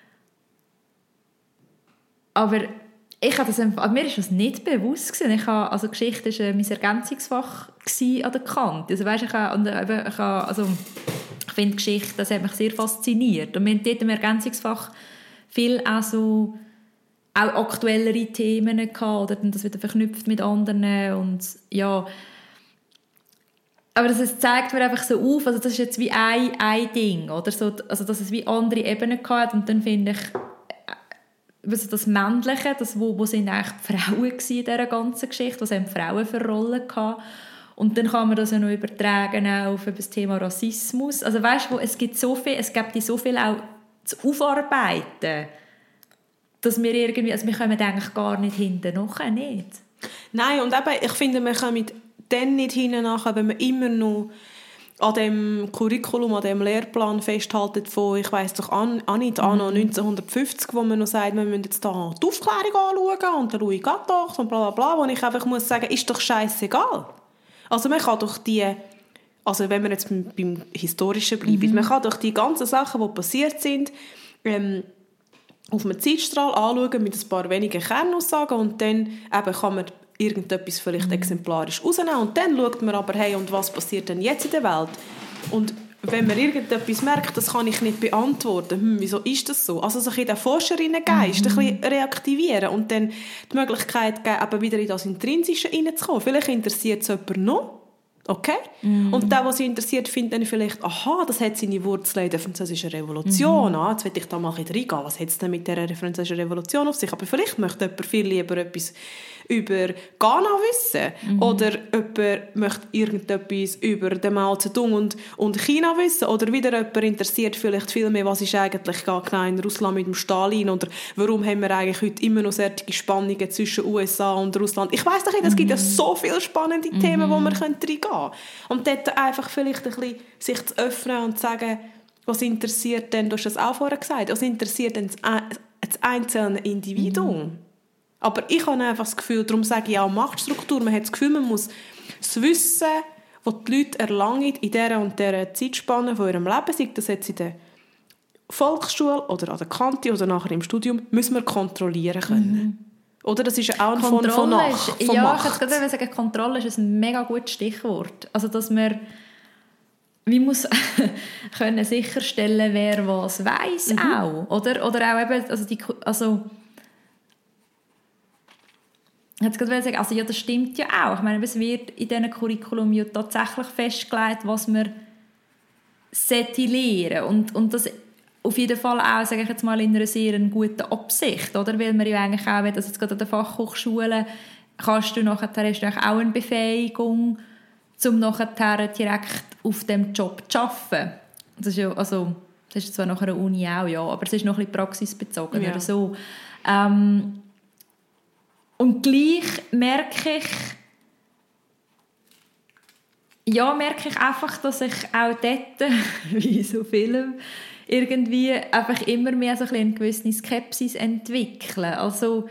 Aber mir ist das nicht bewusst gewesen. Geschichte war mein Ergänzungsfach an der Kante. Also, weißt, ich finde Geschichte, das hat mich sehr fasziniert. Und wir haben dort im Ergänzungsfach viel auch aktuellere Themen gehabt, oder das wieder verknüpft mit anderen. Und ja, aber das zeigt mir einfach so auf, also das ist jetzt wie ein Ding, oder so, also dass es wie andere Ebenen gehabt. Und dann finde ich, also das Männliche, wo sind eigentlich die Frauen in dieser ganzen Geschichte, was haben die Frauen für Rollen gehabt? Und dann kann man das ja noch übertragen auf das Thema Rassismus. Also weißt du, es gibt so viel auch zu aufarbeiten, dass wir irgendwie, also wir kommen eigentlich gar nicht hinten nachher, nicht. Nein, und eben, ich finde, wir kommen dann nicht hinten nachher, wenn wir immer noch an dem Curriculum, an dem Lehrplan festhalten von, ich weiss doch anno 1950, wo man noch sagt, wir müssen jetzt da die Aufklärung anschauen und den Louis Gattoch und bla bla bla, wo ich einfach muss sagen, ist doch scheissegal. Also man kann doch also wenn wir jetzt beim Historischen bleiben, man kann doch die ganzen Sachen, die passiert sind, auf einem Zeitstrahl anschauen mit ein paar wenigen Kernaussagen und dann eben kann man irgendetwas vielleicht exemplarisch rausnehmen und dann schaut man aber, hey, und was passiert denn jetzt in der Welt? Und wenn man irgendetwas merkt, das kann ich nicht beantworten, wieso ist das so? Also so ein bisschen den Forscherinnengeist ein bisschen reaktivieren und dann die Möglichkeit geben, eben wieder in das Intrinsische reinzukommen. Vielleicht interessiert es jemanden noch, okay? Und der, was sie interessiert, findet dann vielleicht, aha, das hat seine Wurzeln in der Französischen Revolution. Jetzt will ich da mal reingehen. Was hat es denn mit der Französischen Revolution auf sich? Aber vielleicht möchte jemand viel lieber etwas über Ghana wissen. Oder jemand möchte irgendetwas über den Mao Zedong und China wissen. Oder wieder jemand interessiert vielleicht viel mehr, was ist eigentlich genau in Russland mit dem Stalin. Oder warum haben wir eigentlich heute immer noch solche Spannungen zwischen USA und Russland. Ich weiss doch nicht, es gibt ja so viele spannende Themen, wo man reingehen könnte. Und dort einfach vielleicht ein bisschen sich zu öffnen und zu sagen, was interessiert denn, du hast das auch vorher gesagt, was interessiert denn das einzelne Individuum? Aber ich habe einfach das Gefühl, darum sage ich auch Machtstruktur, man hat das Gefühl, man muss das Wissen, das die Leute erlangen in dieser und dieser Zeitspanne von ihrem Leben, sei das jetzt in der Volksschule oder an der Kante oder nachher im Studium, müssen wir kontrollieren können. Oder das ist auch eine Form von Macht. Ich kann gerade sagen, Kontrolle ist ein mega gutes Stichwort. Also, dass man muss können sicherstellen, wer was weiss auch. Oder auch eben, jetzt gerade sagen, also ja, das stimmt ja auch. Ich meine, es wird in diesem Curriculum ja tatsächlich festgelegt, was man lernen und das auf jeden Fall auch, sage ich jetzt mal, in einer sehr guten Absicht, oder? Weil man ja eigentlich auch, also jetzt gerade an der Fachhochschule, hast du auch eine Befähigung, um nachher direkt auf dem Job zu arbeiten. Das ist ja, also, das ist zwar nach einer Uni auch, ja, aber es ist noch ein bisschen praxisbezogen oder so. Und gleich merke ich einfach, dass ich auch dort, wie so Film, irgendwie einfach immer mehr so eine gewisse Skepsis entwickeln. Also,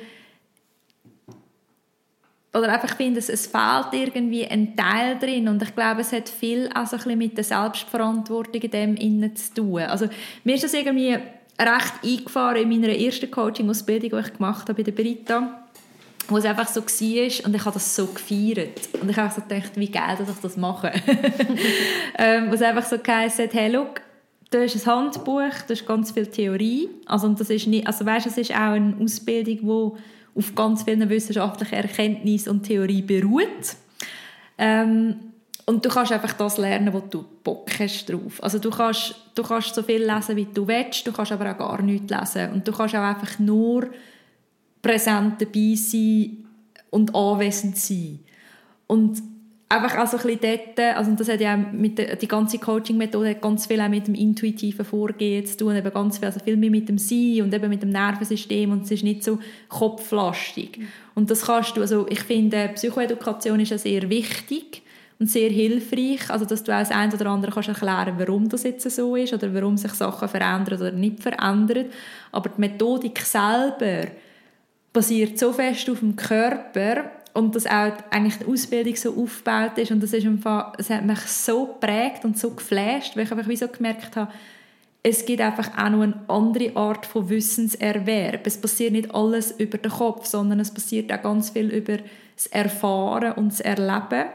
oder einfach finde, es fehlt irgendwie ein Teil drin und ich glaube, es hat viel auch so ein bisschen mit der Selbstverantwortung in dem innen zu tun. Also, mir ist das irgendwie recht eingefahren in meiner ersten Coaching-Ausbildung, die ich gemacht habe bei der Britta, wo es einfach so war und ich habe das so gefeiert. Und ich habe so gedacht, wie geil, dass ich das mache. Wo es einfach so geheißen hat, hey, look, du hast ein Handbuch, du hast ganz viel Theorie. Also, und das ist nicht, also weißt, es ist auch eine Ausbildung, die auf ganz vielen wissenschaftlichen Erkenntnissen und Theorie beruht. Und du kannst einfach das lernen, wo du Bock hast drauf. Also du kannst so viel lesen, wie du willst, du kannst aber auch gar nichts lesen. Und du kannst auch einfach nur präsent dabei sein und anwesend sein. Und einfach auch so ein bisschen dort, also das hat ja auch die ganze Coaching-Methode hat ganz viel auch mit dem intuitiven Vorgehen zu tun, eben ganz viel, also viel mehr mit dem Sein und eben mit dem Nervensystem und es ist nicht so kopflastig. Und das kannst du, also ich finde, Psychoedukation ist ja sehr wichtig und sehr hilfreich, also dass du auch das eine oder andere kannst erklären, warum das jetzt so ist oder warum sich Sachen verändern oder nicht verändern, aber die Methodik selber basiert so fest auf dem Körper und dass auch eigentlich die Ausbildung so aufgebaut ist und das hat mich so geprägt und so geflasht, weil ich einfach wie so gemerkt habe, es gibt einfach auch noch eine andere Art von Wissenserwerb. Es passiert nicht alles über den Kopf, sondern es passiert auch ganz viel über das Erfahren und das Erleben.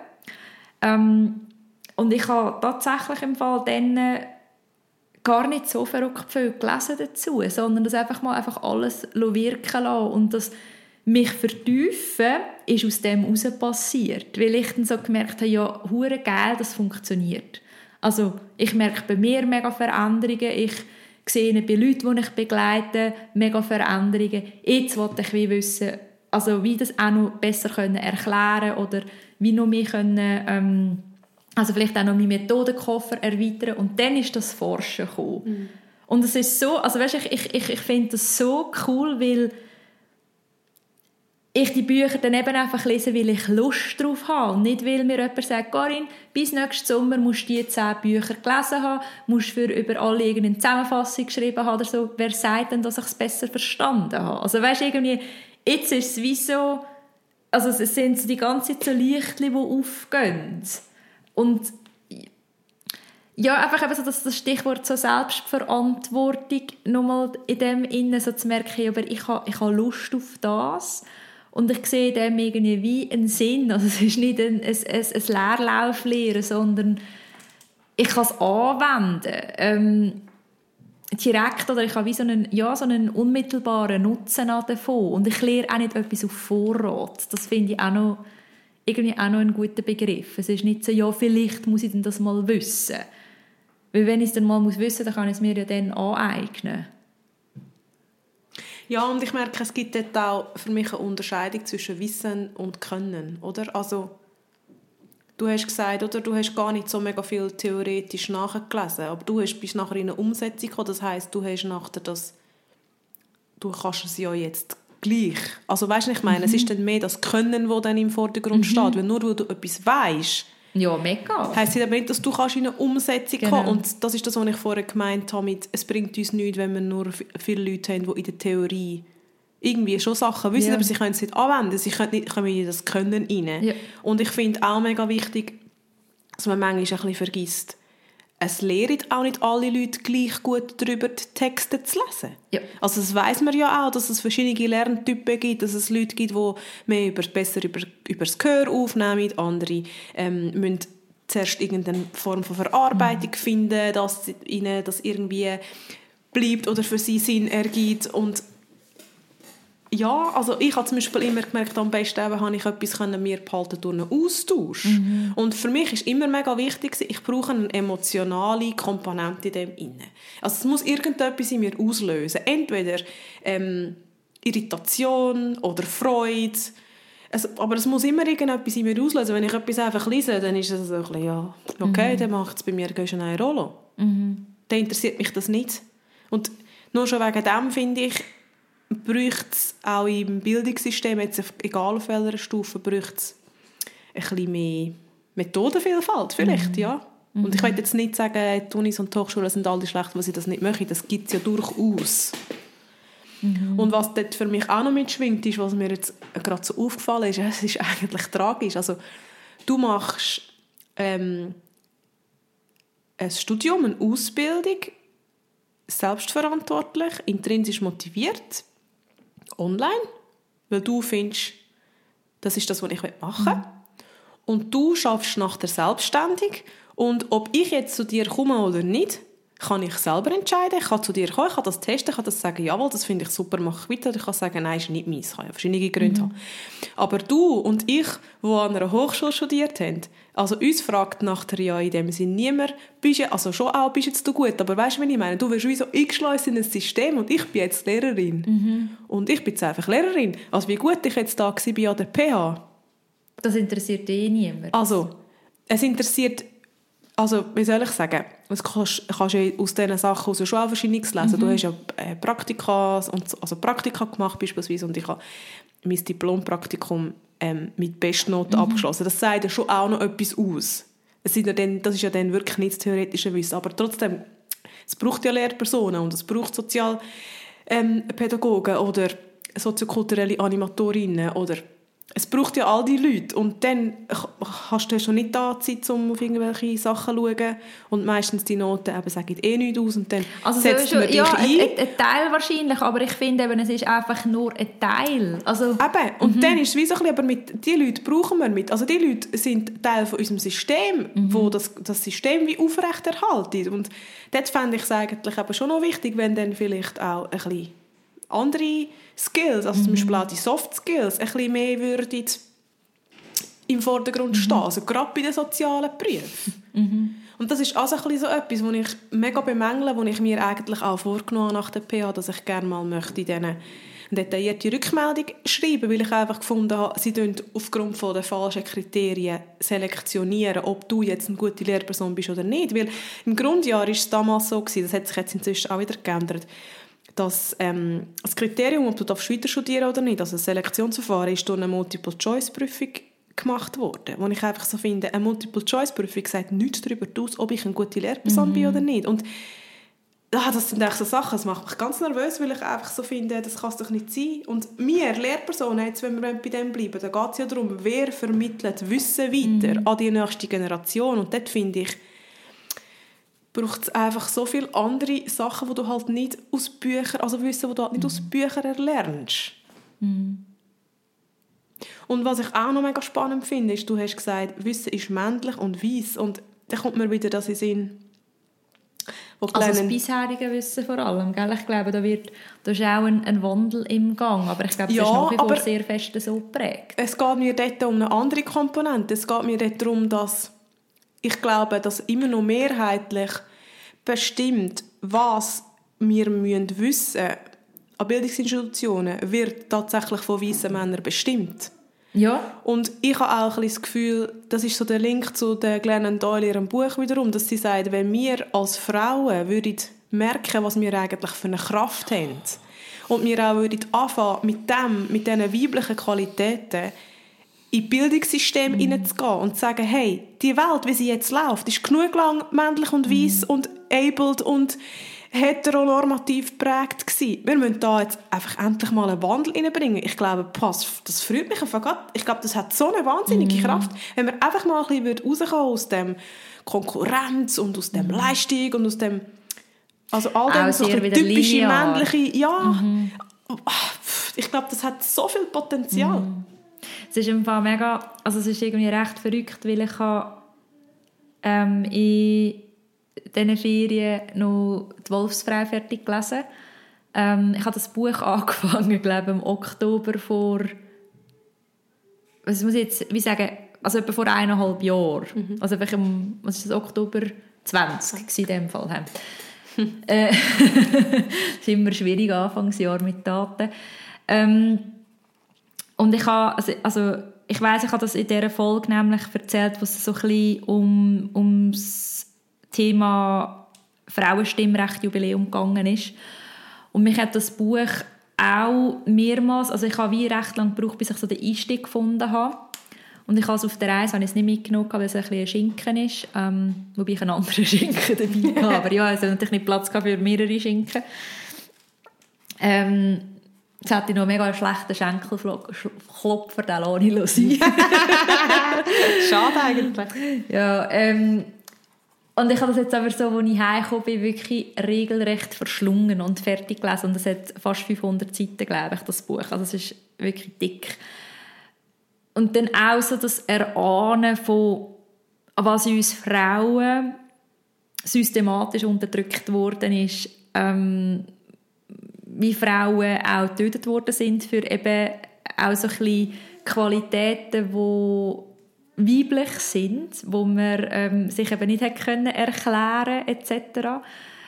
Und ich habe tatsächlich im Fall dann gar nicht so verrückt viel gelesen dazu, sondern das einfach alles wirken lassen und das mich vertiefen ist aus dem heraus passiert, weil ich dann so gemerkt habe, ja, hure geil, das funktioniert. Also ich merke bei mir mega Veränderungen, ich sehe bei Leuten, die ich begleite, mega Veränderungen. Jetzt wollte ich wie wissen, also wie das auch noch besser erklären oder wie noch mehr können, also vielleicht auch noch meinen Methodenkoffer erweitern und dann ist das Forschen gekommen. Mhm. Und es ist so, also weißt, ich finde das so cool, weil ich die Bücher dann eben einfach lese, weil ich Lust drauf habe und nicht, weil mir jemand sagt, Karin, bis nächsten Sommer musst du die 10 Bücher gelesen haben, musst für über alle irgendeine Zusammenfassung geschrieben haben oder so. Wer sagt denn, dass ich es besser verstanden habe? Also weißt, irgendwie, jetzt ist es wie so, also es sind so die ganze Zeit so Lichtchen, die aufgehen. Und ja, einfach eben so das Stichwort so Selbstverantwortung nochmal in dem Innen so zu merken, aber ich habe Lust auf das und ich sehe dem irgendwie wie einen Sinn. Also es ist nicht ein Leerlauflehren, sondern ich kann es anwenden. Direkt, oder ich habe wie so einen unmittelbaren Nutzen davon. Und ich lehre auch nicht etwas auf Vorrat. Das finde ich auch noch ein guter Begriff. Es ist nicht so, ja, vielleicht muss ich das mal wissen. Weil wenn ich es dann mal wissen muss, dann kann ich es mir ja dann aneignen. Ja, und ich merke, es gibt dort auch für mich eine Unterscheidung zwischen Wissen und Können, oder? Also, du hast gesagt, oder, du hast gar nicht so mega viel theoretisch nachgelesen, aber du bist nachher in eine Umsetzung gekommen, das heisst, du hast nachher du kannst es ja jetzt gleich. Also weißt du, ich meine, es ist dann mehr das Können, das dann im Vordergrund steht, weil nur weil du etwas weisst, ja, mega. Heisst es aber nicht, dass du in eine Umsetzung kommen kannst. Und das ist das, was ich vorher gemeint habe, es bringt uns nichts, wenn wir nur viele Leute haben, die in der Theorie irgendwie schon Sachen wissen, aber sie können es nicht anwenden, sie kommen in das Können rein. Ja. Und ich finde auch mega wichtig, dass man manchmal ein bisschen vergisst, es lehren auch nicht alle Leute gleich gut darüber, die Texte zu lesen. Ja. Also das weiss man ja auch, dass es verschiedene Lerntypen gibt, dass es Leute gibt, die mehr besser über das Gehör aufnehmen, andere müssen zuerst irgendeine Form von Verarbeitung finden, dass ihnen das irgendwie bleibt oder für sie Sinn ergibt. Und ja, also ich habe zum Beispiel immer gemerkt, am besten habe ich etwas mir behalten durch einen Austausch. Mhm. Und für mich ist immer mega wichtig, ich brauche eine emotionale Komponente in dem inne. Also es muss irgendetwas in mir auslösen. Entweder Irritation oder Freude. Aber es muss immer irgendetwas in mir auslösen. Wenn ich etwas einfach lese, dann ist es so ein bisschen, ja, okay, dann macht es bei mir schon eine Rolle. Mhm. Dann interessiert mich das nicht. Und nur schon wegen dem finde ich, braucht es auch im Bildungssystem, jetzt egal auf welcher Stufe, braucht es ein bisschen mehr Methodenvielfalt, vielleicht, ja. Und ich will jetzt nicht sagen, die Unis und die Hochschulen sind alle schlecht, weil sie das nicht möchten. Das gibt es ja durchaus. Und was dort für mich auch noch mitschwingt, ist, was mir jetzt gerade so aufgefallen ist, es ist eigentlich tragisch. Also, du machst ein Studium, eine Ausbildung, selbstverantwortlich, intrinsisch motiviert, online, weil du findest, das ist das, was ich machen will. Und du schaffst nachher selbstständig. Und ob ich jetzt zu dir komme oder nicht, kann ich selber entscheiden. Ich kann zu dir kommen, ich kann das testen, ich kann das sagen, jawohl, das finde ich super, mach ich weiter. Oder ich kann sagen, nein, ist nicht meins. Ich kann ja verschiedene Gründe haben. Aber du und ich, die an einer Hochschule studiert haben, also uns fragt nachher ja in dem Sinne niemand, also schon auch, bist jetzt du gut, aber weißt du, was ich meine? Du wirst wie so eingeschleust in ein System und ich bin jetzt Lehrerin. Und ich bin jetzt einfach Lehrerin. Also wie gut ich jetzt da war an der PH. Das interessiert niemand. Also, es interessiert, also wie soll ich sagen, du kannst ja aus diesen Sachen schon auch Verschiedenes lesen. Du hast ja Praktika gemacht beispielsweise und ich habe mein Diplompraktikum mit Bestnoten abgeschlossen. Das sagt ja schon auch noch etwas aus. Das ist ja dann wirklich nicht das theoretische Wissen, aber trotzdem, es braucht ja Lehrpersonen und es braucht Sozialpädagogen oder soziokulturelle Animatorinnen oder es braucht ja all die Leute und dann hast du schon nicht da Zeit, um auf irgendwelche Sachen zu schauen und meistens die Noten sagen nichts aus und dann also setzt man dich ein. Ein Teil wahrscheinlich, aber ich finde eben, es ist einfach nur ein Teil. Also, eben, und dann ist es wie so ein bisschen, aber die Leute brauchen wir mit. Also die Leute sind Teil von unserem System, wo das System wie aufrechterhalten. Und dort fände ich es eigentlich eben schon noch wichtig, wenn dann vielleicht auch ein bisschen andere Skills, also zum Beispiel auch die Soft Skills, ein bisschen mehr würden im Vordergrund stehen, also gerade bei den sozialen Berufen. Und das ist also ein bisschen so etwas, was ich mega bemängle, was ich mir eigentlich auch vorgenommen habe nach der PH, dass ich gerne mal möchte eine detaillierte Rückmeldung schreiben, weil ich einfach gefunden habe, sie aufgrund von den falschen Kriterien selektionieren, ob du jetzt eine gute Lehrperson bist oder nicht. Weil im Grundjahr war es damals so gewesen, das hat sich jetzt inzwischen auch wieder geändert, dass das Kriterium, ob du weiter studieren darfst oder nicht, also das Selektionsverfahren, ist durch eine Multiple-Choice-Prüfung gemacht worden. Wo ich einfach so finde, eine Multiple-Choice-Prüfung sagt nichts darüber aus, ob ich eine gute Lehrperson bin oder nicht. Und das sind echt so Sachen, das macht mich ganz nervös, weil ich einfach so finde, das kann es doch nicht sein. Und wir Lehrpersonen, jetzt, wenn wir bei dem bleiben, da geht es ja darum, wer vermittelt Wissen weiter an die nächste Generation. Und dort finde ich, braucht es einfach so viele andere Sachen, die du halt nicht aus Büchern, also Wissen, die du halt nicht aus Büchern erlernst. Und was ich auch noch mega spannend finde, ist, du hast gesagt, Wissen ist männlich und weiss. Und dann kommt mir wieder das in den Sinn. Also das bisherige Wissen vor allem, gell? Ich glaube, da ist auch ein Wandel im Gang, aber ich glaube, das ist nach wie vor sehr fest so geprägt. Es geht mir dort um eine andere Komponente. Es geht mir dort darum, dass ich glaube, dass immer noch mehrheitlich bestimmt, was wir wissen müssen an Bildungsinstitutionen, wird tatsächlich von weißen Männern bestimmt. Ja. Und ich habe auch ein bisschen das Gefühl, das ist so der Link zu der Glennon Doyle in ihrem Buch wiederum, dass sie sagt, wenn wir als Frauen würden merken, was wir eigentlich für eine Kraft haben und wir auch würden anfangen, mit diesen weiblichen Qualitäten in Bildungssystem hineinzugehen und zu sagen, hey, die Welt, wie sie jetzt läuft, ist genug lang männlich und weiss und abled und heteronormativ geprägt gewesen. Wir müssen da jetzt einfach endlich mal einen Wandel reinbringen. Ich glaube, das freut mich einfach. Ich glaube, das hat so eine wahnsinnige Kraft, wenn wir einfach mal ein bisschen rauskommen aus dem Konkurrenz und aus dem Leistung und aus dem, also all dem so typische männliche, ich glaube, das hat so viel Potenzial. Es ist im Fall mega, also es ist irgendwie recht verrückt, weil ich in diesen Ferien noch die Wolfsfrau fertig gelesen. Ich habe das Buch angefangen, glaube ich, im Oktober vor, was muss ich jetzt wie sagen, also etwa vor 1,5 Jahren. Also einfach was ist das, Oktober 20 in dem Fall. Es ist immer schwierig, Anfangsjahr mit Daten. Und ich habe, ich weiss, ich habe das in dieser Folge nämlich erzählt, wo es so ein bisschen ums Thema Frauenstimmrecht-Jubiläum gegangen ist. Und mich hat das Buch auch mehrmals, also ich habe wie recht lange gebraucht, bis ich so den Einstieg gefunden habe. Und ich habe es auf der Reise habe ich es nicht mitgenommen, weil es ein bisschen ein Schinken ist, wobei ich einen anderen Schinken dabei habe. Aber ja, es hat natürlich nicht Platz für mehrere Schinken. Jetzt hatte ich noch einen mega schlechten Schenkelklopfer, den lasse ich sein. Schade eigentlich. Ja, und ich habe das jetzt aber so, als ich heimgekommen bin, wirklich regelrecht verschlungen und fertig gelesen. Und es hat fast 500 Seiten, glaube ich, das Buch. Also es ist wirklich dick. Und dann auch so das Erahnen von, was uns Frauen systematisch unterdrückt worden ist, wie Frauen auch getötet worden sind für eben auch so ein bisschen Qualitäten, die weiblich sind, wo man sich eben nicht erklären konnte, etc.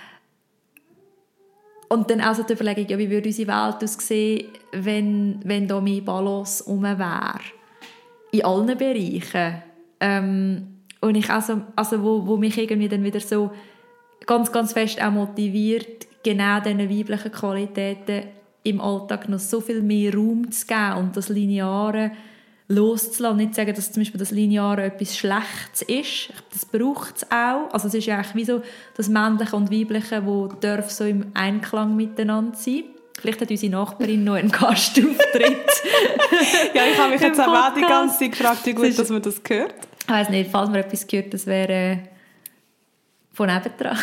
Und dann also die Überlegung, ja, wie würde unsere Welt aussehen, wenn da mehr Balance herum wäre. In allen Bereichen. Und ich also wo mich irgendwie dann wieder so ganz, ganz fest auch motiviert, genau diesen weiblichen Qualitäten im Alltag noch so viel mehr Raum zu geben und das Lineare loszulassen. Nicht sagen, dass zum Beispiel das Lineare etwas Schlechtes ist. Das braucht es auch. Also es ist ja eigentlich wie so das Männliche und Weibliche, das darf so im Einklang miteinander sein. Vielleicht hat unsere Nachbarin noch einen Gastauftritt. Ja, ich habe mich jetzt auch die ganze Zeit gefragt, wie gut dass man das hört. Ich weiss nicht, falls man etwas gehört, das wäre von nebendran.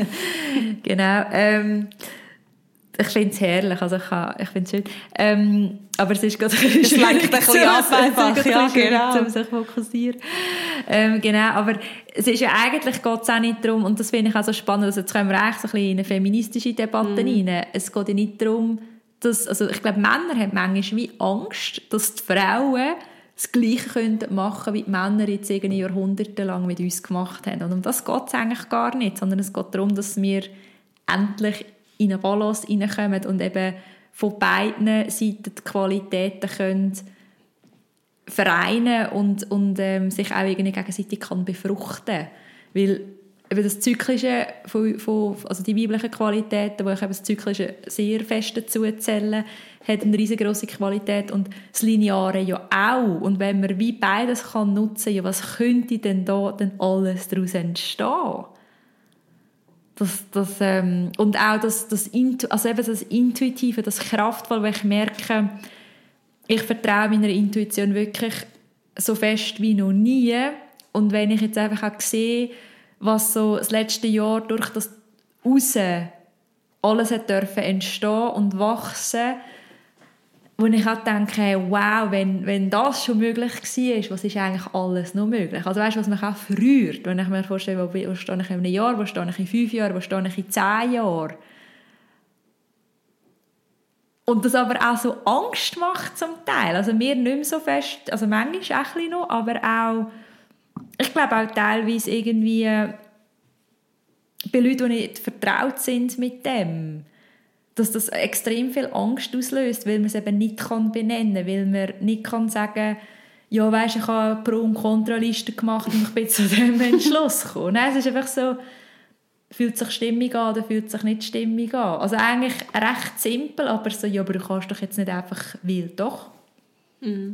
Genau. Ich finde es herrlich, also ich finde es schön. Aber es ist gerade es lenkt ein bisschen ab einfach, ja, genau. Um sich fokussieren. Genau, aber es ist ja eigentlich, geht es auch nicht darum, und das finde ich auch so spannend, also jetzt kommen wir eigentlich so ein bisschen in eine feministische Debatte rein. Es geht ja nicht darum, dass, also ich glaube, Männer haben manchmal wie Angst, dass die Frauen das Gleiche machen können, wie die Männer jetzt irgendwie jahrhundertelang mit uns gemacht haben. Und um das geht es eigentlich gar nicht, sondern es geht darum, dass wir endlich in eine Balance hineinkommen und eben von beiden Seiten die Qualitäten können vereinen und sich auch irgendwie gegenseitig kann befruchten. Weil eben das Zyklische, also die weiblichen Qualitäten, wo ich eben das Zyklische sehr fest dazu zähle, hat eine riesengroße Qualität und das Lineare ja auch. Und wenn man wie beides kann nutzen, ja, was könnte denn da denn alles daraus entstehen? Und auch das Intuitive, das Kraftvolle, weil ich merke, ich vertraue meiner Intuition wirklich so fest wie noch nie. Und wenn ich jetzt einfach auch sehe, was so das letzte Jahr durch das Aussen alles hat dürfen entstehen und wachsen, wo ich auch denke, hey, wow, wenn das schon möglich war, was ist eigentlich alles noch möglich? Also weißt du, was mich auch verrührt, wenn ich mir vorstelle, wo stehe ich in einem Jahr, wo stehe ich in 5 Jahren, wo stehe ich in 10 Jahren? Und das aber auch so Angst macht zum Teil. Also mir nicht mehr so fest, also manchmal auch ein bisschen noch, aber auch, ich glaube auch teilweise irgendwie bei Leuten, die nicht vertraut sind mit dem, dass das extrem viel Angst auslöst, weil man es eben nicht benennen kann, weil man nicht sagen kann, ja, weisst, ich habe eine Pro- und Kontraliste gemacht und ich bin zu dem Entschluss gekommen. Nein, es ist einfach so, fühlt sich stimmig an oder fühlt sich nicht stimmig an. Also eigentlich recht simpel, aber so, ja, aber du kannst doch jetzt nicht einfach wild, doch? Mhm.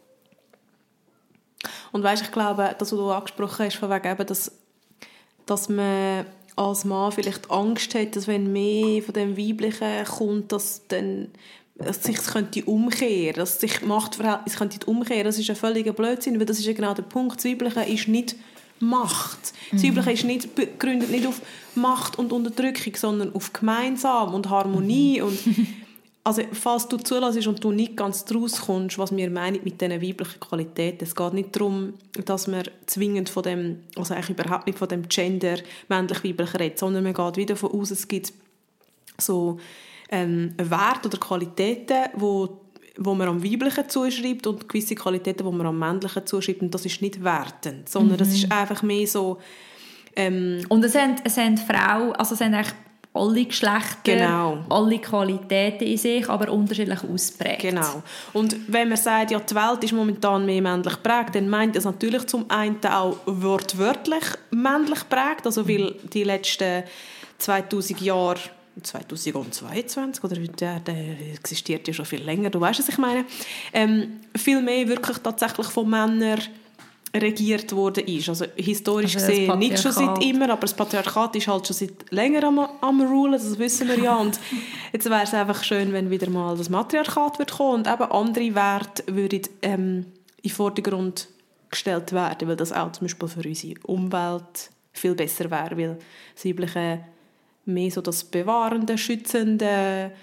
Und weisst, ich glaube, das, was du angesprochen hast, von wegen eben, dass man als Mann vielleicht Angst hat, dass wenn mehr von dem Weiblichen kommt, dass sich es könnte umkehren, dass sich Machtverhältnisse könnte umkehren. Das ist ein völliger Blödsinn, weil das ist ja genau der Punkt. Das Weibliche ist nicht Macht. Das Weibliche ist nicht, gründet nicht auf Macht und Unterdrückung, sondern auf Gemeinsam und Harmonie. Und also, falls du zulässt und du nicht ganz daraus kommst, was wir meinen mit diesen weiblichen Qualitäten, es geht nicht darum, dass man zwingend von dem, also eigentlich überhaupt nicht von dem Gender männlich-weiblich redet, sondern man geht wieder davon aus, es gibt so Werte oder Qualitäten, wo man am Weiblichen zuschreibt und gewisse Qualitäten, die man am Männlichen zuschreibt. Und das ist nicht wertend, sondern das ist einfach mehr so... Und es haben Frauen, also es haben eigentlich alle Geschlechter, genau, alle Qualitäten in sich, aber unterschiedlich ausprägt. Genau. Und wenn man sagt, ja, die Welt ist momentan mehr männlich geprägt, dann meint das natürlich zum einen auch wortwörtlich männlich geprägt, also weil die letzten 2000 Jahre, 2022, oder der existiert ja schon viel länger, du weißt, was ich meine, viel mehr wirklich tatsächlich von Männern regiert worden ist. Also historisch gesehen nicht schon seit immer, aber das Patriarchat ist halt schon seit länger am Rulen, das wissen wir ja. Und jetzt wäre es einfach schön, wenn wieder mal das Matriarchat wird kommen und eben andere Werte würden in den Vordergrund gestellt werden, weil das auch zum Beispiel für unsere Umwelt viel besser wäre, weil das Weibliche mehr so das Bewahrende, Schützende,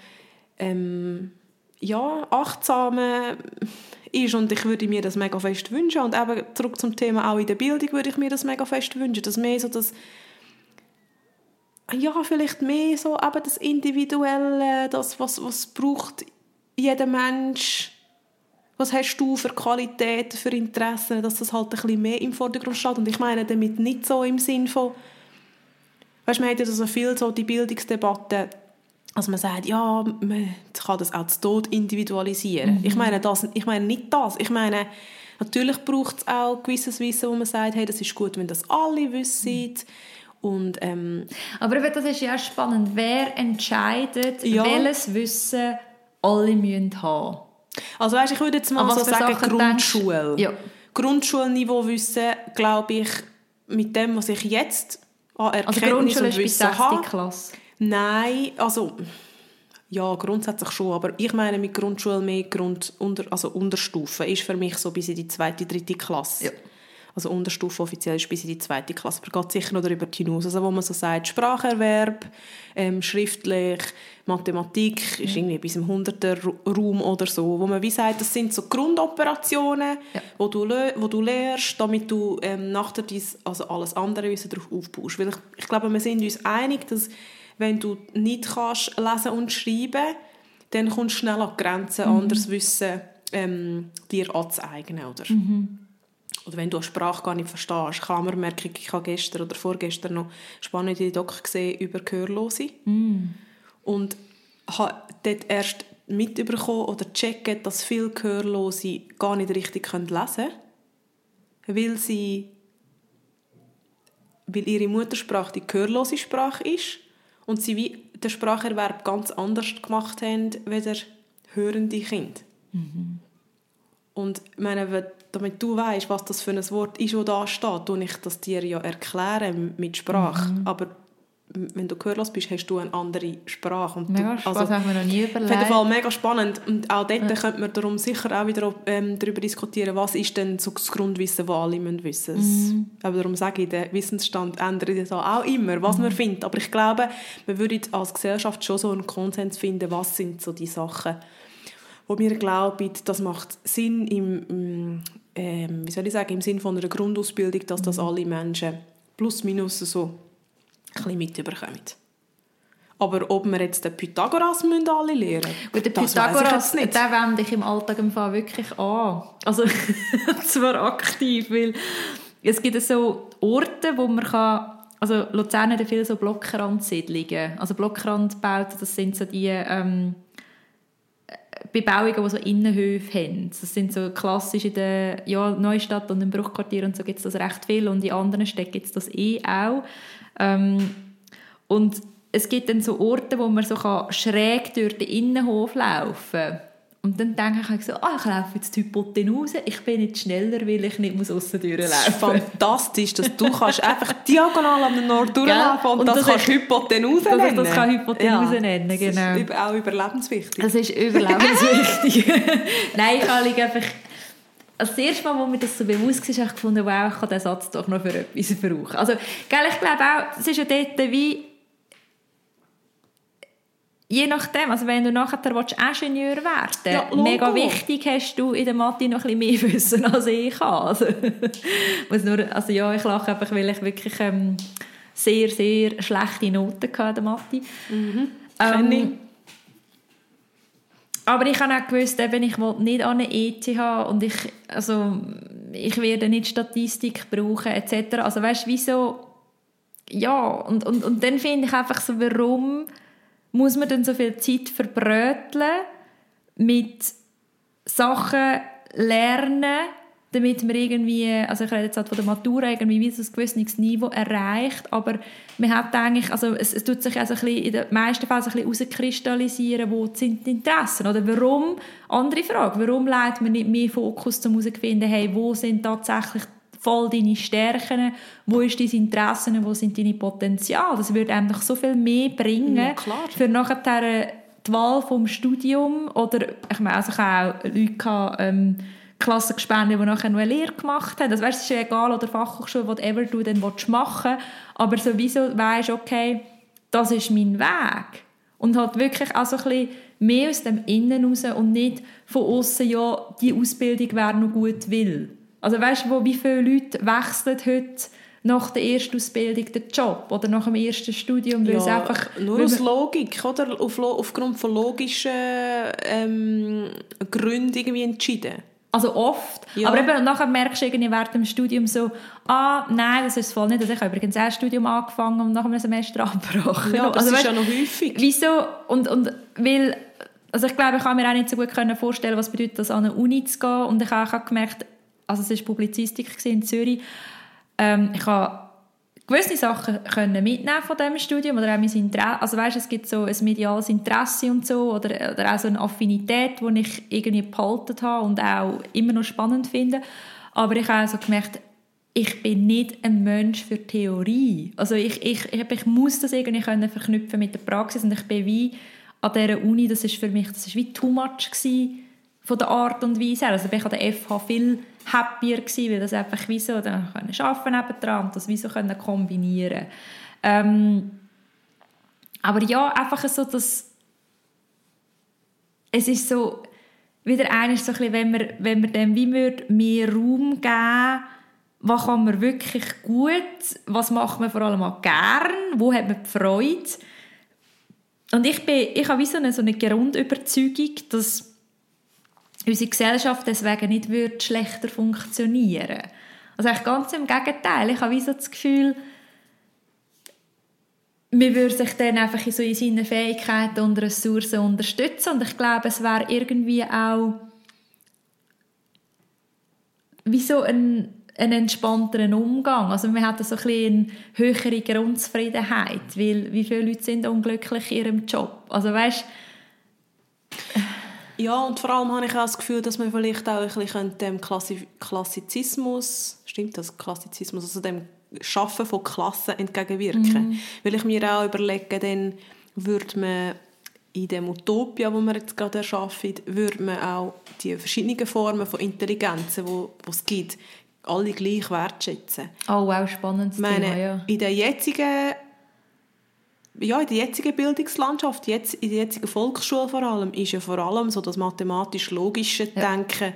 Achtsame ist, und ich würde mir das mega fest wünschen. Und eben zurück zum Thema, auch in der Bildung würde ich mir das mega fest wünschen, dass mehr so das ja, vielleicht mehr so eben das Individuelle, das, was braucht jeder Mensch, was hast du für Qualitäten, für Interessen, dass das halt ein bisschen mehr im Vordergrund steht. Und ich meine damit nicht so im Sinn von, weißt, man hat ja so viel so die Bildungsdebatte, also man sagt, ja, man kann das auch zu Tod individualisieren. Ich meine nicht das. Ich meine, natürlich braucht es auch gewisses Wissen, wo man sagt, hey, das ist gut, wenn das alle wissen. Und, aber das ist ja spannend. Wer entscheidet, ja, welches Wissen alle müssen haben? Also weißt, ich würde jetzt mal so sagen, Grundschule. Ja. Grundschulniveau Wissen, glaube ich, mit dem, was ich jetzt an Erkenntnis also und Wissen habe. Klasse? Nein, also ja, grundsätzlich schon, aber ich meine mit Grundschule mehr Unterstufe ist für mich so bis in die 2., 3. Klasse. Ja. Also Unterstufe offiziell ist bis in die 2. Klasse, aber geht sicher noch darüber hinaus. Also wo man so sagt, Spracherwerb, schriftlich, Mathematik ist irgendwie bis im 100er-Raum oder so, wo man wie sagt, das sind so Grundoperationen, ja, wo du lernst, damit du nachher also alles andere darauf aufbaust. Weil ich glaube, wir sind uns einig, dass wenn du nicht kannst lesen und schreiben, dann kommst du schnell an die Grenzen, anderes Wissen dir anzueignen, oder? Oder wenn du eine Sprache gar nicht verstehst. Klammermerkung, ich habe gestern oder vorgestern noch spannende Doc gesehen über Gehörlose. Und habe dort erst mitbekommen oder gecheckt, dass viele Gehörlose gar nicht richtig lesen können, weil ihre Muttersprache die gehörlose Sprache ist und sie wie den Spracherwerb ganz anders gemacht haben, als hörende Kinder. Und ich meine, damit du weißt, was das für ein Wort ist, das da steht, tue ich das dir ja erklären mit Sprache. Aber wenn du gehörlos bist, hast du eine andere Sprache. Und mega spannend, das haben wir noch nie überlegt. Auf jeden Fall mega spannend. Und auch dort könnte man darum sicher auch wieder darüber diskutieren, was ist denn so das Grundwissen, das alle wissen müssen. Aber darum sage ich, der Wissensstand ändert sich auch immer, was man findet. Aber ich glaube, wir würden als Gesellschaft schon so einen Konsens finden, was sind so die Sachen, wo wir glauben, das macht Sinn im Sinn von einer Grundausbildung, dass das alle Menschen plus minus so ein bisschen mitbekommen. Aber ob wir jetzt den Pythagoras alle lernen müssen, gut, den Pythagoras, den wende ich im Alltag im Fall wirklich an. Also zwar aktiv, weil es gibt so Orte, wo man kann, also Luzern hat viele so Blockrandsiedlungen. Also Blockrandbauten, das sind so die Bebauungen, die so Innenhöfe haben. Das sind so klassisch in der Neustadt und im Bruchquartier und so gibt es das recht viel und in anderen Städten gibt es das auch. Und es gibt dann so Orte, wo man so schräg durch den Innenhof laufen kann. Und dann denke ich so, ich laufe jetzt die Hypotenuse, ich bin nicht schneller, weil ich nicht aussen durchlaufen muss. Das ist fantastisch, dass du kannst einfach diagonal am Nord durchlaufen und das kannst Hypotenuse nennen. Das kann Hypotenuse nennen, genau. Das ist auch überlebenswichtig. Das ist überlebenswichtig. Nein, ich habe einfach... Also das erste Mal, als mir das so bewusst war, habe ich gefunden, wow, ich kann diesen Satz doch noch für etwas brauchen. Also, ich glaube auch, es ist ja dort wie... Je nachdem, also wenn du nachher Ingenieur werden willst, mega wichtig, hast du in der Mathe noch ein bisschen mehr Wissen als ich habe. Ich lache einfach, weil ich wirklich sehr, sehr schlechte Noten hatte in der Mathe. Aber ich habe auch gewusst, eben, ich will nicht an eine ETH und ich werde nicht Statistik brauchen etc. Also weißt du, wieso? Ja, und dann finde ich einfach so, warum muss man dann so viel Zeit verbröteln mit Sachen lernen, damit man irgendwie, also ich rede jetzt halt von der Matura, irgendwie wie so ein gewisses Niveau erreicht, aber man hat eigentlich, also es tut sich also ein bisschen, in den meisten Fällen so ein bisschen herauskristallisieren, wo sind die Interessen, oder warum, andere Frage, warum legt man nicht mehr Fokus zum herauszufinden, hey, wo sind tatsächlich voll deine Stärken, wo ist dein Interesse, wo sind deine Potenziale. Das würde einem doch so viel mehr bringen, für nachher die Wahl vom Studium, oder ich meine, also ich habe auch Leute gehabt, Klassengespänne, die nachher noch eine Lehre gemacht haben. Das weißt, es ist ja egal, oder Fachhochschule, whatever du dann machen willst, aber sowieso weisst, okay, das ist mein Weg. Und halt wirklich also ein bisschen mehr aus dem Innen raus und nicht von außen, ja, die Ausbildung wäre noch gut will. Also weißt du, wie viele Leute wechseln heute nach der ersten Ausbildung den Job oder nach dem ersten Studium, weil es einfach... Nur aus Logik, oder? Aufgrund von logischen Gründen irgendwie entschieden. Also oft. Ja. Aber eben, nachher merkst du irgendwie während dem Studium so, nein, das ist voll nicht. Also ich habe übrigens ein Studium angefangen und nach einem Semester abgebrochen. Ja, das also, ist ja noch häufig. Wieso? Und weil, also ich glaube, ich kann mir auch nicht so gut vorstellen, was bedeutet das, an eine Uni zu gehen. Und ich habe auch gemerkt, also es war Publizistik in Zürich, ich habe gewisse Sachen können mitnehmen von diesem Studium oder auch mein Interesse. Also weißt, es gibt so ein mediales Interesse und so oder auch so eine Affinität, die ich irgendwie behalten habe und auch immer noch spannend finde. Aber ich habe also gemerkt, ich bin nicht ein Mensch für Theorie. Also ich muss das irgendwie können verknüpfen mit der Praxis und ich bin wie an dieser Uni, das ist für mich, das ist wie too much gewesen, von der Art und Weise her. Also ich bin an der FH viel happier gewesen, weil das einfach wie so, dann können arbeiten nebendran und das wie so können kombinieren. Aber ja, einfach so, dass es ist so, wieder eines so ein bisschen, wenn wir dem wie mehr Raum geben, was kann man wirklich gut, was macht man vor allem auch gern, wo hat man die Freude. Und ich habe wie so eine Grundüberzeugung, dass unsere Gesellschaft deswegen nicht schlechter funktionieren würde. Also eigentlich ganz im Gegenteil. Ich habe wie so das Gefühl, man würde sich dann einfach in seinen Fähigkeiten und Ressourcen unterstützen. Und ich glaube, es wäre irgendwie auch wie so ein entspannteren Umgang. Also man hat so ein bisschen eine höhere Grundzufriedenheit, weil wie viele Leute sind unglücklich in ihrem Job. Also weißt, ja, und vor allem habe ich auch das Gefühl, dass man vielleicht auch ein bisschen dem Klassizismus, stimmt das, Klassizismus, also dem Schaffen von Klassen entgegenwirken. Weil ich mir auch überlege, dann würde man in dem Utopia, wo wir jetzt gerade erschaffen, würde man auch die verschiedenen Formen von Intelligenzen, die es gibt, alle gleich wertschätzen. Oh wow, spannendes Thema, ja. In der jetzigen Bildungslandschaft, in der jetzigen Volksschule vor allem, ist ja vor allem so das mathematisch-logische Denken.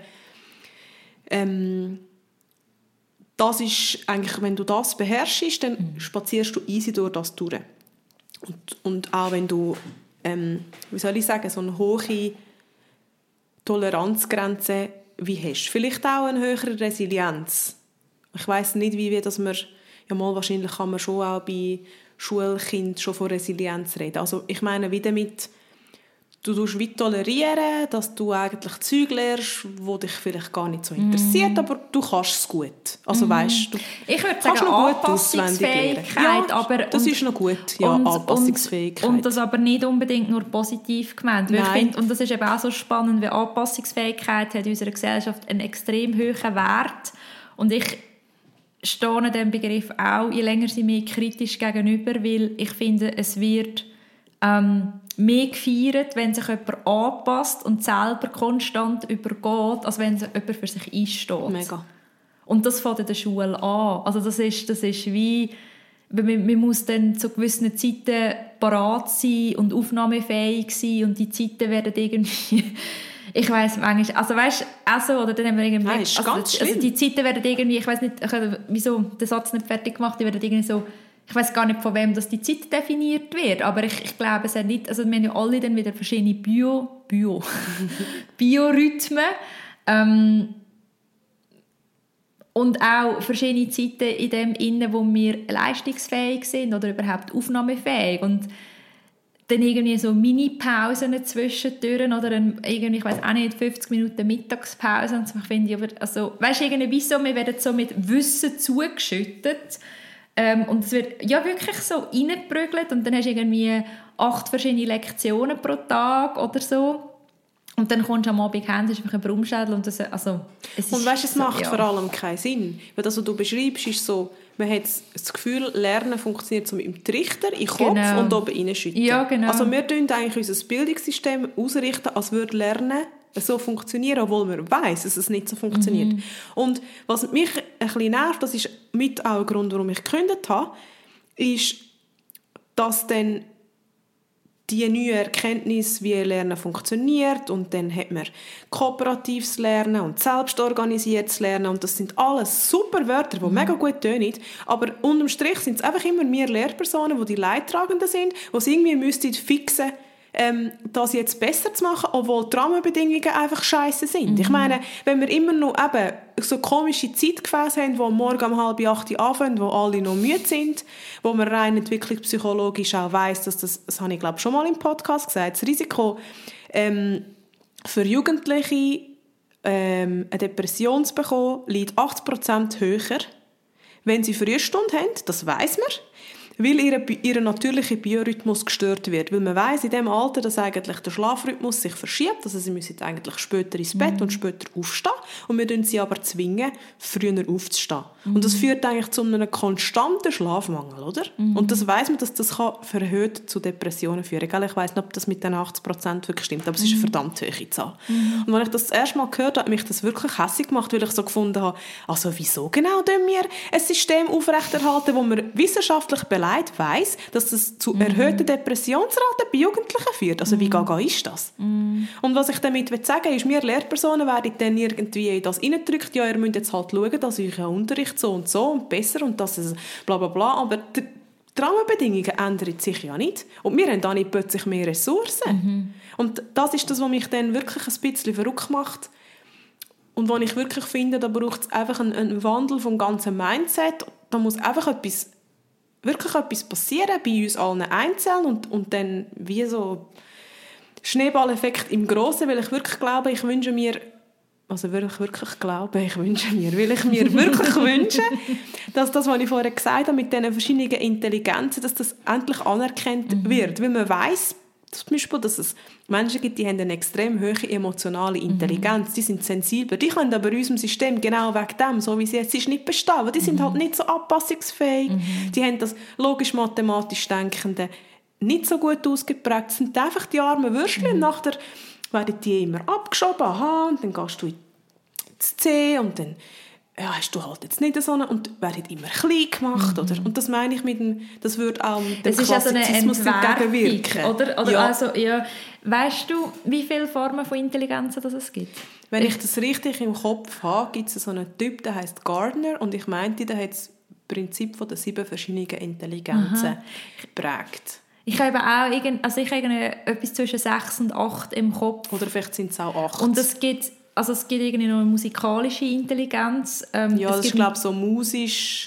Das ist eigentlich, wenn du das beherrschst, dann spazierst du easy durch das durch. Und auch wenn du, wie soll ich sagen, so eine hohe Toleranzgrenze wie hast, vielleicht auch eine höhere Resilienz. Ich weiss nicht, wie das man, ja mal wahrscheinlich kann man schon auch bei Schulkind schon von Resilienz reden. Also ich meine, wie damit, du tust wie tolerieren, dass du eigentlich Zeug lernst, die dich vielleicht gar nicht so interessiert, aber du kannst es gut. Also weißt du, ich würde sagen Anpassungsfähigkeit, ja, aber das ist noch gut, ja, Anpassungsfähigkeit. Und das aber nicht unbedingt nur positiv gemeint. Weil ich finde, und das ist eben auch so spannend, weil Anpassungsfähigkeit hat in unserer Gesellschaft einen extrem hohen Wert und ich stehe dem Begriff auch, je länger sie mir kritisch gegenüber, weil ich finde, es wird mehr gefeiert, wenn sich jemand anpasst und selber konstant übergeht, als wenn jemand für sich einsteht. Mega. Und das fängt in der Schule an. Also das ist wie, man muss dann zu gewissen Zeiten parat sein und aufnahmefähig sein und die Zeiten werden irgendwie... Ich weiss manchmal, also weißt also oder dann haben wir irgendwie, also die Zeiten werden irgendwie, ich weiss nicht, ich habe wieso den Satz nicht fertig gemacht, die werden irgendwie so, ich weiss gar nicht, von wem das die Zeit definiert wird, aber ich glaube, es hat nicht, also wir haben ja alle dann wieder verschiedene Biorhythmen und auch verschiedene Zeiten in dem Innen, wo wir leistungsfähig sind oder überhaupt aufnahmefähig und dann irgendwie so Mini-Pausen zwischendurch oder irgendwie, ich weiss auch nicht, 50 Minuten Mittagspause und so, ich finde, aber, also, weißt du, irgendwie so, wir werden so mit Wissen zugeschüttet und es wird ja wirklich so reingeprügelt und dann hast du irgendwie 8 verschiedene Lektionen pro Tag oder so und dann kommst du am Abend heim, das ist einfach ein Brummschädel und das, also, und weißt du, es macht vor allem keinen Sinn, weil das, was du beschreibst, ist so, man hat das Gefühl, Lernen funktioniert so mit dem Trichter in den Kopf und oben reinschütten. Ja, genau. Also wir richten eigentlich unser Bildungssystem ausrichten, als würde Lernen so funktionieren, obwohl man weiss, dass es nicht so funktioniert. Und was mich ein bisschen nervt, das ist mit auch ein Grund, warum ich gekündigt habe, ist, dass dann die neue Erkenntnis, wie Lernen funktioniert, und dann hat man kooperatives Lernen und selbstorganisiertes Lernen, und das sind alles super Wörter, die mega gut tönen, aber unterm Strich sind es einfach immer mehr Lehrpersonen, die Leidtragenden sind, die es irgendwie müssten fixen, das jetzt besser zu machen, obwohl die Rahmenbedingungen einfach scheiße sind. Ich meine, wenn wir immer noch eben so komische Zeitgefäße haben, wo morgen um 7:30 anfangen, wo alle noch müde sind, wo man rein entwicklungspsychologisch auch weiss, dass das habe ich glaube schon mal im Podcast gesagt, das Risiko für Jugendliche eine Depression zu bekommen, liegt 80% höher, wenn sie Frühstunde haben, das weiss man, weil ihr natürlicher Biorhythmus gestört wird. Weil man weiss in dem Alter, dass eigentlich der Schlafrhythmus sich verschiebt. Also sie müssen eigentlich später ins Bett und später aufstehen. Und wir zwingen sie aber zwingen, früher aufzustehen. Und das führt eigentlich zu einem konstanten Schlafmangel, oder? Und das weiss man, dass das verhöht zu Depressionen führen kann. Ich weiss nicht, ob das mit den 80% wirklich stimmt, aber es ist eine verdammt hohe Zahl. Und als ich das erste Mal gehört habe, hat mich das wirklich hässlich gemacht, weil ich so gefunden habe, also wieso genau tun wir ein System aufrechterhalten, wo man wissenschaftlich weiss, dass das zu erhöhten Depressionsraten bei Jugendlichen führt. Also wie gaga ist das? Und was ich damit sagen will, ist, wir Lehrpersonen werden dann irgendwie in das reingedrückt, ja, ihr müsst jetzt halt schauen, dass euer Unterricht so und besser und dass es bla bla bla, aber die Rahmenbedingungen ändern sich ja nicht. Und wir haben dann nicht plötzlich mehr Ressourcen. Und das ist das, was mich dann wirklich ein bisschen verrückt macht. Und wo ich wirklich finde, da braucht es einfach einen Wandel vom ganzen Mindset. Da muss einfach wirklich etwas passieren bei uns allen einzeln und dann wie so Schneeballeffekt im Grossen, weil ich wirklich glaube, ich wünsche mir, weil ich mir wirklich wünsche, dass das, was ich vorher gesagt habe, mit diesen verschiedenen Intelligenzen, dass das endlich anerkannt wird, weil man weiss, zum Beispiel, dass es Menschen gibt, die haben eine extrem hohe emotionale Intelligenz, die sind sensibler, die können aber in unserem System genau wegen dem, so wie sie jetzt ist, nicht bestehen, weil die sind halt nicht so anpassungsfähig, die haben das logisch-mathematisch Denkende nicht so gut ausgeprägt, das sind einfach die armen Würstchen, und nachher werden die immer abgeschoben, aha, und dann gehst du ins C und dann hast du halt jetzt nicht so eine, und werden immer klein gemacht, oder? Und das meine ich mit dem, das würde auch dem Klassizismus entgegenwirken. Oder ja. Also, ja. Weißt du, wie viele Formen von Intelligenz es gibt? Wenn ich das richtig im Kopf habe, gibt es so einen Typ, der heißt Gardner, und ich meinte, der hat das Prinzip von den 7 verschiedenen Intelligenzen geprägt. Ich habe auch etwas zwischen 6 und 8 im Kopf. Oder vielleicht sind es auch 8. Und es gibt irgendwie noch eine musikalische Intelligenz. Das ist, glaube ich, so musisch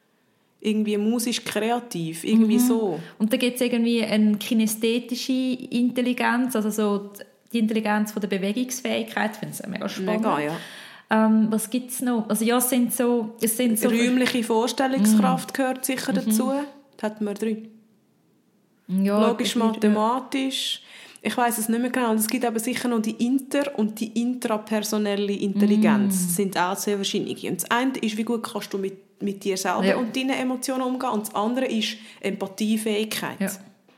kreativ, irgendwie so. Und dann gibt es irgendwie eine kinästhetische Intelligenz, also so die Intelligenz von der Bewegungsfähigkeit. Ich finde es mega spannend. Mega, ja. Was gibt es noch? Also ja, es sind so räumliche Vorstellungskraft gehört sicher dazu. Da hat man 3. Ja, logisch-mathematisch. Ich weiss es nicht mehr genau. Und es gibt aber sicher noch die und die intrapersonelle Intelligenz. Das sind auch sehr verschiedene. Und das eine ist, wie gut kannst du mit dir selber und deinen Emotionen umgehen. Und das andere ist Empathiefähigkeit. Ja.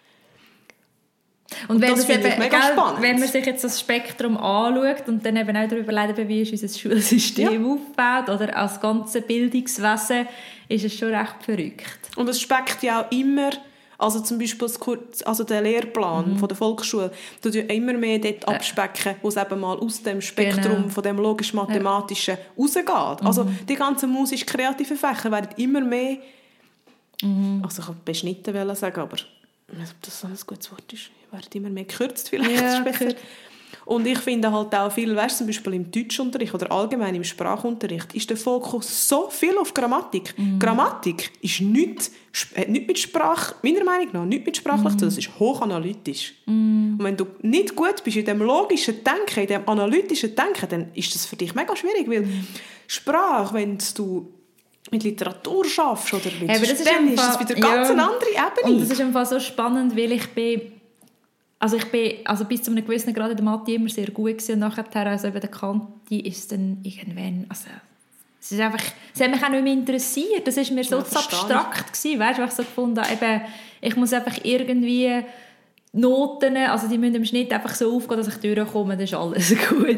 Und wenn das finde ich mega spannend. Wenn man sich jetzt das Spektrum anschaut und dann eben auch darüber überlegt, wie ist unser Schulsystem aufgebaut oder als ganze Bildungswesen, ist es schon recht verrückt. Und es speckt ja auch immer. Also zum Beispiel der Lehrplan von der Volksschule tut ja immer mehr dort abspecken, wo es eben mal aus dem Spektrum von dem logisch-mathematischen rausgeht. Also die ganzen musisch-kreativen Fächer werden immer mehr, also ich wollte beschnitten sagen, aber ob das so ein gutes Wort ist, werden immer mehr gekürzt vielleicht. Ja, und ich finde halt auch viel, zum Beispiel im Deutschunterricht oder allgemein im Sprachunterricht, ist der Fokus so viel auf Grammatik. Grammatik ist nicht mit Sprache, meiner Meinung nach, nicht mit sprachlich zu tun, das ist hochanalytisch. Und wenn du nicht gut bist in dem logischen Denken, in dem analytischen Denken, dann ist das für dich mega schwierig, weil Sprache, wenn du mit Literatur schaffst oder mit dann ist das wieder eine ganz andere Ebene. Und das ist einfach so spannend, weil ich bin bis zu einem gewissen Grad in der Mathe immer sehr gut gewesen. Und nachher, also eben der Kante, ist dann irgendwann, also es hat mich auch nicht mehr interessiert. Das war mir so abstrakt gewesen, weißt du, ich so gefunden habe, eben, ich muss einfach irgendwie Noten, also die müssen im Schnitt einfach so aufgehen, dass ich durchkomme, dann ist alles gut.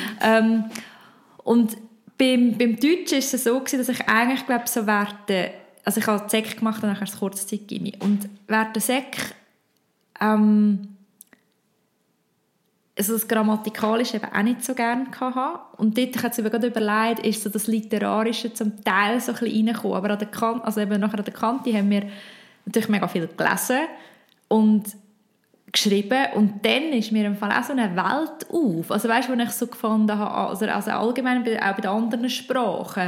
Und beim Deutschen war es so gewesen, dass ich eigentlich, glaube so also ich habe Sek gemacht und nachher das Kurzzeit-Gymi. Und während der Sek also das Grammatikalische eben auch nicht so gerne hatte. Und dort habe ich mir gerade überlegt, ist so das Literarische zum Teil so ein bisschen reingekommen. Aber an der Kante, also eben nachher an der Kante haben wir natürlich mega viel gelesen und geschrieben. Und dann ist mir im Fall auch so eine Welt auf. Also weißt du, was ich so gefunden habe, also allgemein auch bei den anderen Sprachen.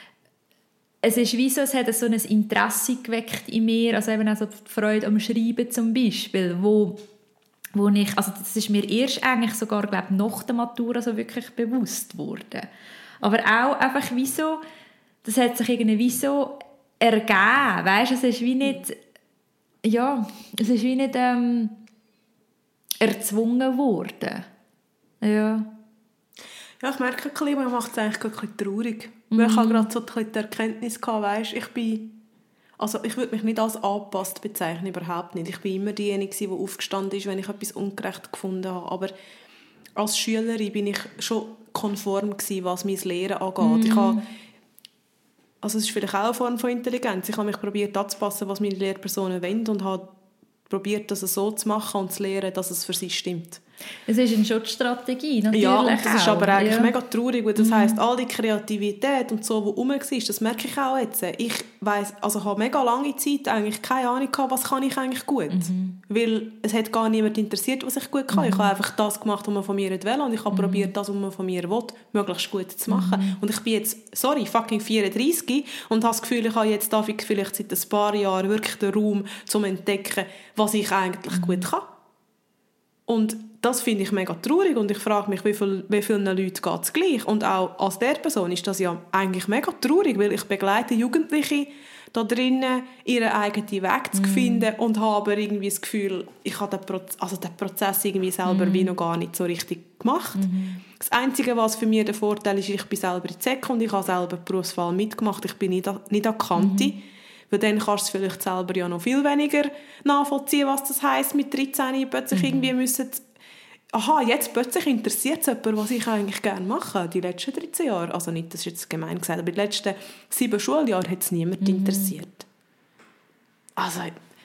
Es ist wie so, es hat so ein Interesse geweckt in mir, also eben auch so die Freude am Schreiben zum Beispiel, wo ich, also das ist mir erst eigentlich sogar, glaube ich, nach der Matura so wirklich bewusst geworden. Aber auch einfach wie so, das hat sich irgendwie so ergeben, weißt du, es ist wie nicht, ja, es ist wie nicht erzwungen worden. Ja. Ja, ich merke, man macht es eigentlich ein bisschen traurig. Weil ich habe gerade so ein bisschen die Erkenntnis gehabt, weißt, ich würde mich nicht als angepasst bezeichnen, überhaupt nicht. Ich bin immer diejenige, die aufgestanden ist, wenn ich etwas ungerecht gefunden habe. Aber als Schülerin bin ich schon konform gewesen, was mein Lehren angeht. Es ist vielleicht auch eine Form von Intelligenz. Ich habe mich probiert anzupassen, was meine Lehrpersonen wollen und habe probiert, das so zu machen und zu lernen, dass es für sie stimmt. Es ist eine Schutzstrategie, natürlich. Ja, und das ist aber eigentlich mega traurig, weil das heisst, all die Kreativität und so, die rum war, das merke ich auch jetzt. Ich weiss, also ich habe mega lange Zeit eigentlich keine Ahnung gehabt, was kann ich eigentlich gut. Weil es hat gar niemand interessiert, was ich gut kann. Ich habe einfach das gemacht, was man von mir will und ich habe probiert, das, was man von mir will, möglichst gut zu machen. Und ich bin jetzt, fucking 34 und habe das Gefühl, ich habe jetzt vielleicht seit ein paar Jahren wirklich den Raum, um zu entdecken, was ich eigentlich gut kann. Und das finde ich mega traurig und ich frage mich, wie vielen Leuten geht es gleich. Und auch als der Person ist das ja eigentlich mega traurig, weil ich begleite Jugendliche da drinnen, ihren eigenen Weg zu finden und habe aber irgendwie das Gefühl, ich habe den Prozess irgendwie selber wie noch gar nicht so richtig gemacht. Das Einzige, was für mich der Vorteil ist, ich bin selber in Zek und ich habe selber die Berufswahl mitgemacht. Ich bin nicht an Kante. Weil dann kannst du vielleicht selber ja noch viel weniger nachvollziehen, was das heisst, mit 13 plötzlich irgendwie müssen... Aha, jetzt plötzlich interessiert es jemanden, was ich eigentlich gerne mache. Die letzten 13 Jahre, also nicht, das ist jetzt gemein gesagt, aber die letzten 7 Schuljahre hat es niemand interessiert. Also...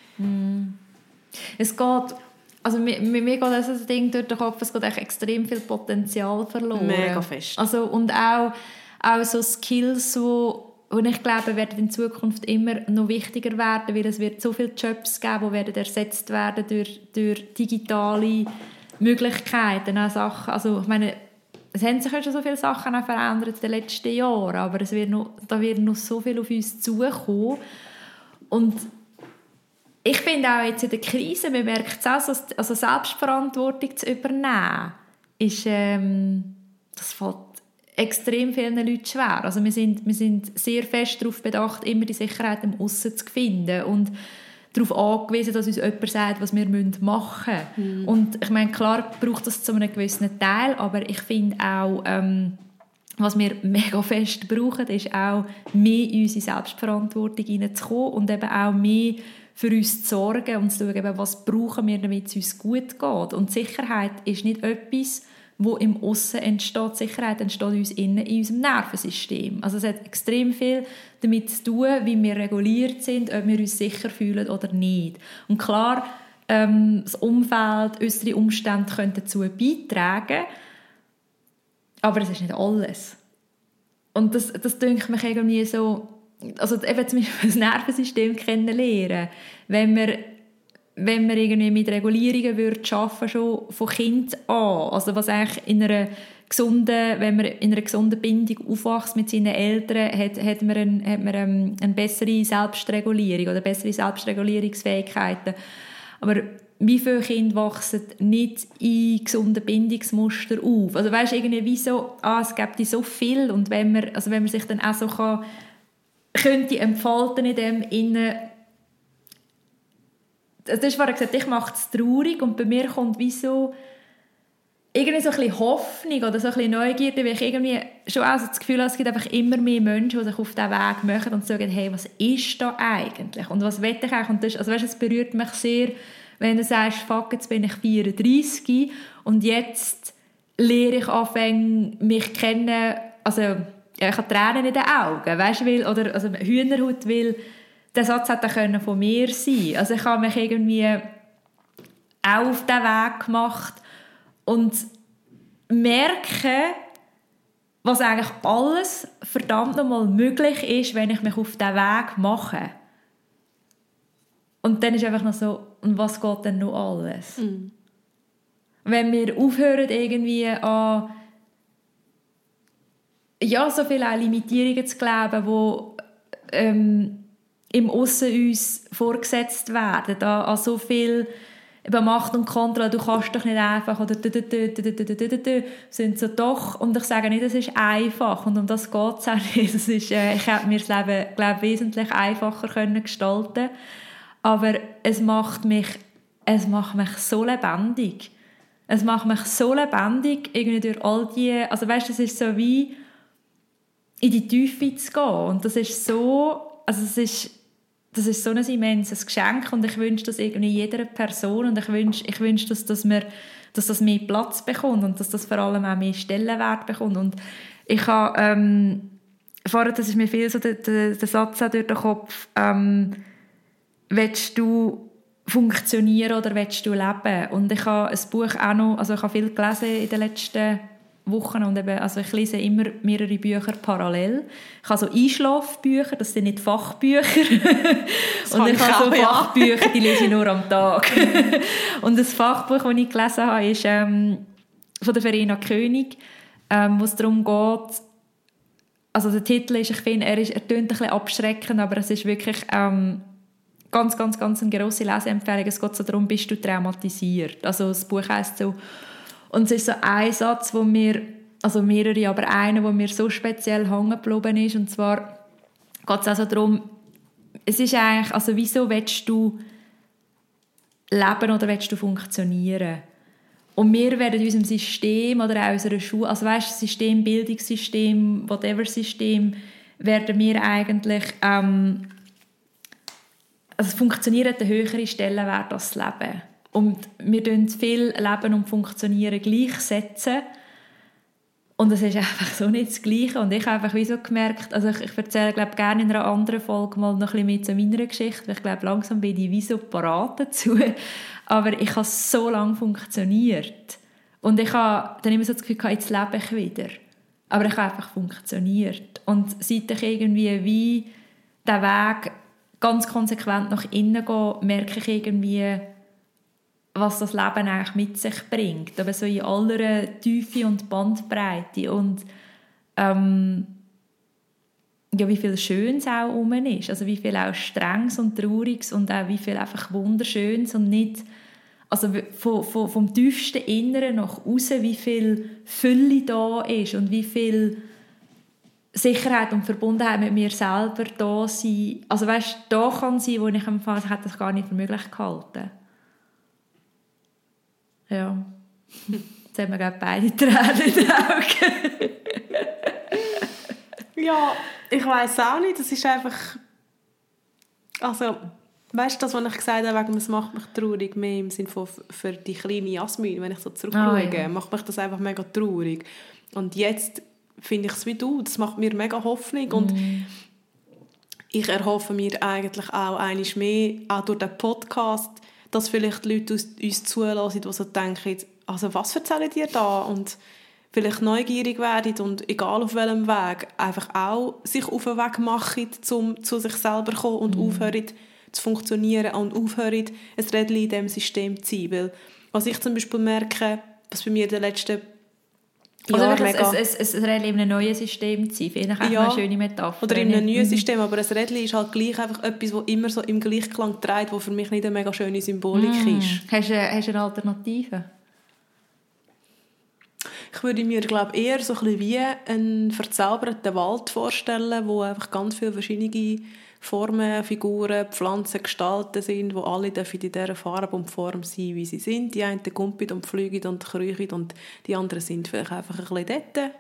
Es geht... Also mir geht das Ding durch den Kopf, es geht echt extrem viel Potenzial verloren. Mega fest. Also, und auch so Skills, und ich glaube, werden in Zukunft immer noch wichtiger werden, weil es wird so viele Jobs geben, die werden ersetzt werden durch digitale Möglichkeiten, auch Sachen. Also ich meine, es haben sich ja schon so viele Sachen auch verändert in den letzten Jahren, aber da wird noch so viel auf uns zukommen. Und ich finde auch jetzt in der Krise, man merkt es auch, also Selbstverantwortung zu übernehmen, ist, das fällt extrem vielen Leuten schwer. Also wir sind sehr fest darauf bedacht, immer die Sicherheit im Aussen zu finden und darauf angewiesen, dass uns jemand sagt, was wir machen müssen. Und ich meine, klar braucht das zu einem gewissen Teil, aber ich finde auch, was wir mega fest brauchen, ist auch mehr in unsere Selbstverantwortung hineinzukommen und eben auch mehr für uns zu sorgen und zu schauen, was brauchen wir, damit es uns gut geht. Und Sicherheit ist nicht etwas, wo im Aussen entsteht. Sicherheit entsteht uns innen in unserem Nervensystem. Also es hat extrem viel damit zu tun, wie wir reguliert sind, ob wir uns sicher fühlen oder nicht. Und klar, das Umfeld, unsere Umstände können dazu beitragen, aber es ist nicht alles. Und das denke ich irgendwie so, also eben zum Beispiel das Nervensystem kennenlernen, wenn wir irgendwie mit Regulierungen arbeiten, schon von Kind an, also was eigentlich wenn man in einer gesunden Bindung aufwächst mit seinen Eltern, hat man eine bessere Selbstregulierung oder bessere Selbstregulierungsfähigkeiten. Aber wie viele Kinder wachsen nicht in gesunden Bindungsmuster auf? Also weißt, irgendwie wie so, es gibt so viel und wenn man sich dann auch so könnte entfalten in dem Innen. Also du hast vorhin gesagt, ich mache es traurig und bei mir kommt wie so irgendwie so ein bisschen Hoffnung oder so ein bisschen Neugierde, weil ich irgendwie schon auch so das Gefühl habe, es gibt einfach immer mehr Menschen, die sich auf diesen Weg machen und sagen, hey, was ist da eigentlich? Und was will ich eigentlich? Und also weißt, es berührt mich sehr, wenn du sagst, fuck, jetzt bin ich 34 und jetzt lehre ich anfangen, mich kennen, also ja, ich habe Tränen in den Augen, weißt du, oder also Hühnerhaut, weil der Satz hätte von mir sein. Also ich habe mich irgendwie auch auf diesen Weg gemacht und merke, was eigentlich alles verdammt nochmal möglich ist, wenn ich mich auf diesen Weg mache. Und dann ist einfach noch so, und was geht denn noch alles? Mhm. Wenn wir aufhören, irgendwie an so viele Limitierungen zu glauben, die im Aussen uns vorgesetzt werden, an so viel über Macht und Kontrolle, du kannst doch nicht einfach, oder sind so doch, und ich sage nicht, es ist einfach, und um das geht es auch nicht. Das ist, ich hätte mir das Leben, glaube, wesentlich einfacher können gestalten, aber es macht mich so lebendig. Es macht mich so lebendig, irgendwie durch all die, also weißt du, es ist so wie in die Tiefe zu gehen, und das ist so, also das ist so ein immenses Geschenk, und ich wünsche das irgendwie jeder Person, und ich wünsche dass das mehr Platz bekommt und dass das vor allem auch mehr Stellenwert bekommt. Und ich habe vorher, das ist mir viel so der Satz auch durch den Kopf, willst du funktionieren oder willst du leben? Und ich habe ein Buch auch noch, also ich habe viel gelesen in den letzten Wochen, und eben, also ich lese immer mehrere Bücher parallel. Ich habe so Einschlafbücher, das sind nicht Fachbücher. Und ich habe so Fachbücher, die lese ich nur am Tag. Und das Fachbuch, das ich gelesen habe, ist von der Verena König, wo es darum geht, also der Titel ist, ich finde, er tönt ein bisschen abschreckend, aber es ist wirklich ganz, ganz, ganz eine grosse Leseempfehlung. Es geht so darum, bist du traumatisiert? Also das Buch heisst so. Und es ist so ein Satz, wo mir, also mehrere, aber einer, der mir so speziell hängen geblieben ist. Und zwar geht es also darum, es ist eigentlich, also wieso willst du leben oder willst du funktionieren? Und wir werden in unserem System oder auch in unserer Schule, also weißt du, System, Bildungssystem, whatever System, werden wir eigentlich, also es funktioniert einen höheren Stellenwert als das Leben. Und wir tun viel Leben und Funktionieren gleichsetzen. Und es ist einfach so nicht das Gleiche. Und ich habe einfach wie so gemerkt, also ich erzähle, glaube gerne in einer anderen Folge mal noch ein bisschen mehr zu meiner Geschichte, weil ich glaube, langsam bin ich wie so parat dazu. Aber ich habe so lange funktioniert. Und ich habe dann immer so das Gefühl, jetzt lebe ich wieder. Aber ich habe einfach funktioniert. Und seit ich irgendwie wie den Weg ganz konsequent nach innen gehe, merke ich irgendwie, was das Leben eigentlich mit sich bringt. Aber so in aller Tiefe und Bandbreite. Und wie viel Schönes auch rum ist. Also wie viel auch Strenges und Trauriges und auch wie viel einfach Wunderschönes und nicht, also vom tiefsten Inneren nach außen, wie viel Fülle da ist und wie viel Sicherheit und Verbundenheit mit mir selber da sein. Also weißt, da kann sein, wo ich empfinde, ich hätte das gar nicht für möglich gehalten. Ja. Jetzt haben wir gerade beide Tränen in den Augen. Ja, ich weiss auch nicht. Das ist einfach... Also, weißt du, das, was ich gesagt habe, wegen, es macht mich traurig, mehr im Sinne von für die kleine Jasmin, wenn ich so zurückschaue, ja, macht mich das einfach mega traurig. Und jetzt finde ich es wie du, das macht mir mega Hoffnung. Und ich erhoffe mir eigentlich auch einmal mehr, auch durch den Podcast, dass vielleicht Leute uns zulassen, die so denken, also was erzählen die da? Und vielleicht neugierig werden und egal auf welchem Weg, einfach auch sich auf den Weg machen, um zu sich selber zu kommen und aufhören zu funktionieren und aufhören, ein Rädchen in diesem System zu sein. Weil, was ich zum Beispiel merke, was bei mir in den letzten Jahren mega... Also ein Rädchen in einem neuen System zu sein, finde ich auch eine schöne Metapher. Oder in einem neuen System, aber ein Rädchen ist halt gleich einfach etwas, das immer so im Gleichklang trägt, was für mich nicht eine mega schöne Symbolik ist. Hast du eine Alternative? Ich würde mir, glaube eher so ein bisschen wie einen verzauberten Wald vorstellen, wo einfach ganz viele verschiedene Formen, Figuren, Pflanzen, Gestalten sind, wo alle in dieser Farbe und Form sein, wie sie sind. Die einen kumpen und fliegen und kriechen und die anderen sind vielleicht einfach ein bisschen dort.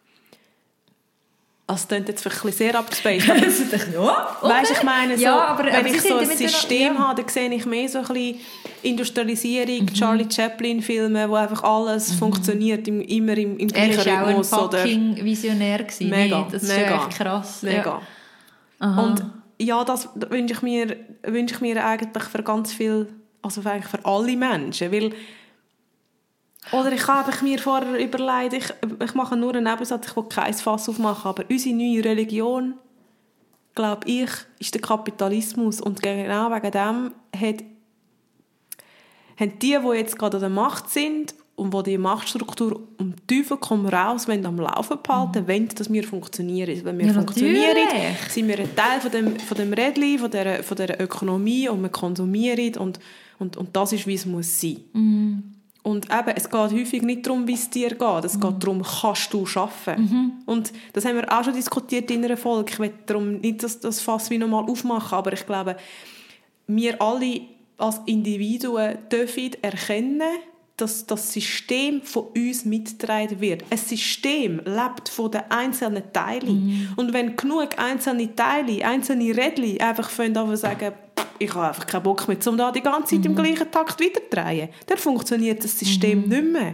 Also das klingt jetzt vielleicht ein bisschen sehr abgespaced. Weißt du, ich meine, so, ja, aber wenn ich so ein System habe, dann sehe ich mehr so ein bisschen Industrialisierung, Charlie Chaplin-Filme, wo einfach alles funktioniert, immer im gleichen Rhythmus. Er war auch ein fucking Visionär gewesen. Mega, nee, das ist mega, echt krass. Mega. Ja. Und ja, das wünsche ich mir eigentlich für ganz viele also eigentlich für alle Menschen, weil oder ich habe mir vorher überlegt, ich mache nur einen Nebensatz, ich will kein Fass aufmachen, aber unsere neue Religion, glaube ich, ist der Kapitalismus und genau wegen dem haben die jetzt gerade an der Macht sind und die die Machtstruktur um Teufel komm raus am Laufen behalten, wollen, dass wir funktionieren. Wenn wir funktionieren, sind wir ein Teil von dem Rädchen, von der Ökonomie und wir konsumieren und das ist, wie es muss sein. Und eben, es geht häufig nicht darum, wie es dir geht. Es geht darum, kannst du arbeiten. Und das haben wir auch schon diskutiert in einer Folge. Ich will darum nicht das Fass wie nochmal aufmachen, aber ich glaube, wir alle als Individuen dürfen erkennen, dass das System von uns mitgetragen wird. Ein System lebt von den einzelnen Teilen. Und wenn genug einzelne Teile, einzelne Rädchen einfach sagen, ich habe einfach keinen Bock mehr, um da die ganze Zeit im gleichen Takt weiterzudrehen, dann funktioniert das System nicht mehr.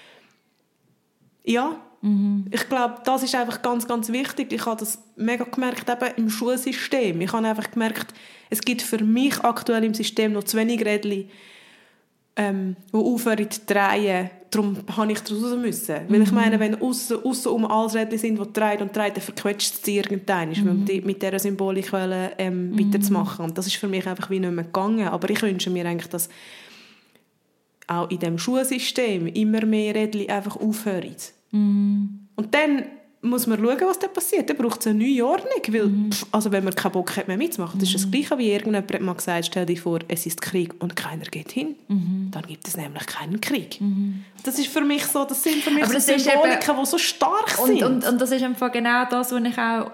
Ja, ich glaube, das ist einfach ganz, ganz wichtig. Ich habe das mega gemerkt eben im Schulsystem. Ich habe einfach gemerkt, es gibt für mich aktuell im System noch zu wenig Rädchen, die aufhören zu drehen. Darum habe ich daraus müssen. Weil ich meine, wenn aussen um alles Rädchen sind, die drehen und drehen, dann verquetscht es irgendwann, mit dieser Symbolik weiterzumachen. Und das ist für mich einfach wie nicht mehr gegangen. Aber ich wünsche mir eigentlich, dass auch in diesem Schulsystem immer mehr Rädchen einfach aufhören. Und dann muss man schauen, was da passiert. Dann braucht es eine neue Ordnung. Weil, also wenn man keinen Bock hat, mehr mitzumachen, das ist das Gleiche, wie irgendjemand hat mal gesagt, stell dir vor, es ist Krieg und keiner geht hin. Dann gibt es nämlich keinen Krieg. Das ist für mich so, das sind für mich so Symboliken, die so stark sind. Und das ist einfach genau das, was ich auch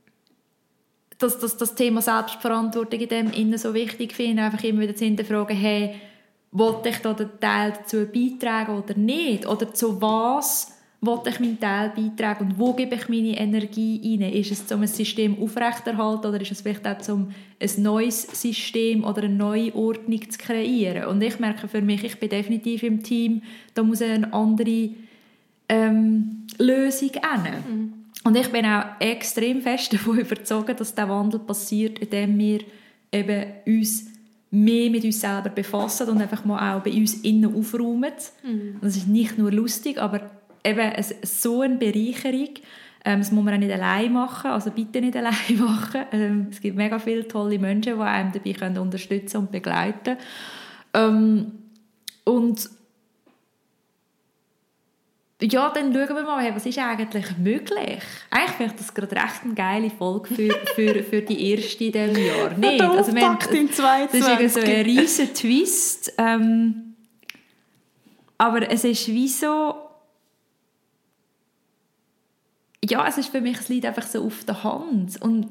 das Thema Selbstverantwortung in dem Innen so wichtig finde, einfach immer wieder zu hinterfragen, hey, wollte ich da den Teil dazu beitragen oder nicht? Oder zu was wollte ich meinen Teil beitragen und wo gebe ich meine Energie rein? Ist es, um ein System aufrechterhalten oder ist es vielleicht auch, um ein neues System oder eine neue Ordnung zu kreieren? Und ich merke für mich, ich bin definitiv im Team, da muss eine andere Lösung hin. Und ich bin auch extrem fest davon überzeugt, dass der Wandel passiert, indem wir eben uns mehr mit uns selber befassen und einfach mal auch bei uns innen aufräumen. Das ist nicht nur lustig, aber eben so eine Bereicherung. Das muss man auch nicht allein machen, also bitte nicht allein machen. Es gibt mega viele tolle Menschen, die einem dabei unterstützen und begleiten können. Und ja, dann schauen wir mal, was ist eigentlich möglich. Eigentlich finde ich das gerade recht eine geile Folge für die erste in diesem Jahr. Nicht? Also, im 22. Das ist so ein riesen Twist. Aber es ist wie so... Ja, es ist für mich, es liegt einfach so auf der Hand. Und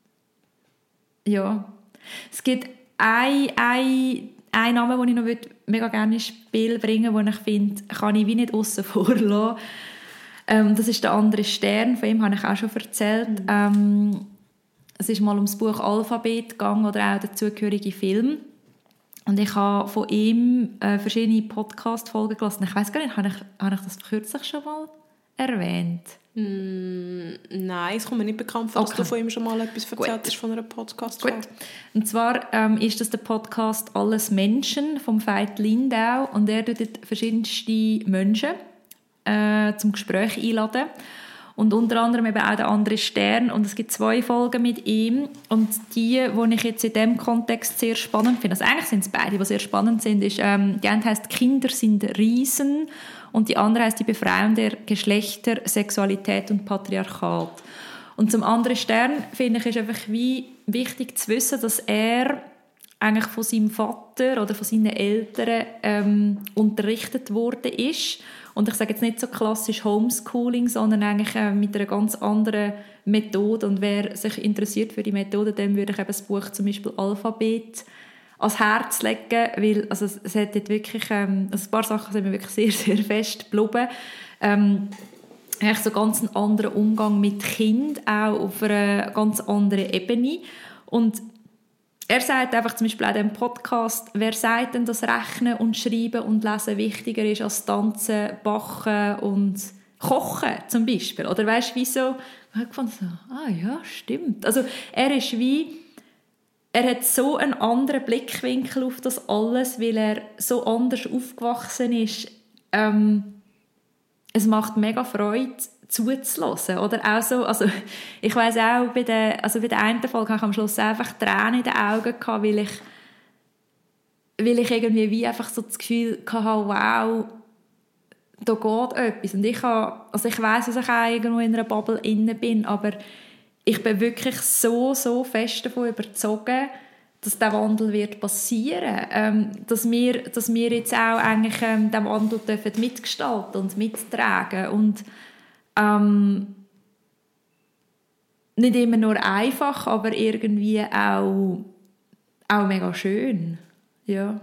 ja, es gibt einen Namen, den ich noch mega gerne ins Spiel bringen würde, den ich finde, kann ich wie nicht aussen vor lassen. Das ist der andere Stern, von ihm habe ich auch schon erzählt. Es ist mal ums Buch Alphabet gegangen oder auch dazugehörige Film. Und ich habe von ihm verschiedene Podcast-Folgen gelesen. Ich weiss gar nicht, habe ich das kürzlich schon mal erwähnt? Nein, es kommt mir nicht bekannt vor, dass du von ihm schon mal etwas erzählt hast von einer Podcast-Folge. Und zwar ist das der Podcast «Alles Menschen» vom Veit Lindau und er tut verschiedenste Menschen zum Gespräch einladen. Und unter anderem eben auch der andere Stern. Und es gibt 2 Folgen mit ihm. Und die ich jetzt in diesem Kontext sehr spannend finde, also eigentlich sind es beide, die sehr spannend sind, ist, die eine heisst «Kinder sind Riesen» und die andere heisst «Die Befreiung der Geschlechter, Sexualität und Patriarchat». Und zum anderen Stern, finde ich, ist einfach wie wichtig zu wissen, dass er eigentlich von seinem Vater oder von seinen Eltern unterrichtet worden ist. Und ich sage jetzt nicht so klassisch Homeschooling, sondern eigentlich mit einer ganz anderen Methode. Und wer sich interessiert für die Methode, dem würde ich eben das Buch zum Beispiel «Alphabet» ans Herz legen, weil also es hat dort wirklich, ein paar Sachen sind mir wirklich sehr, sehr fest geblieben. Eigentlich so ganz einen anderen Umgang mit Kind, auch auf einer ganz anderen Ebene. Und er sagt einfach zum Beispiel auch in diesem Podcast, wer sagt denn, dass Rechnen und Schreiben und Lesen wichtiger ist als Tanzen, Backen und Kochen zum Beispiel? Oder weißt du, wieso? Ich fand so, ja, stimmt. Also er ist wie er hat so einen anderen Blickwinkel auf das alles, weil er so anders aufgewachsen ist. Es macht mega Freude, zuzulassen. Oder auch so, also ich weiss auch, bei der einen Folge hatte ich am Schluss einfach Tränen in den Augen gehabt, weil ich irgendwie wie einfach so das Gefühl hatte, wow, da geht etwas. Und ich weiss, dass ich auch irgendwo in einer Bubble inne bin, aber ich bin wirklich so fest davon überzeugt, dass der Wandel wird passieren, dass wir jetzt auch eigentlich den Wandel dürfen mitgestalten und mittragen und nicht immer nur einfach, aber irgendwie auch mega schön, ja.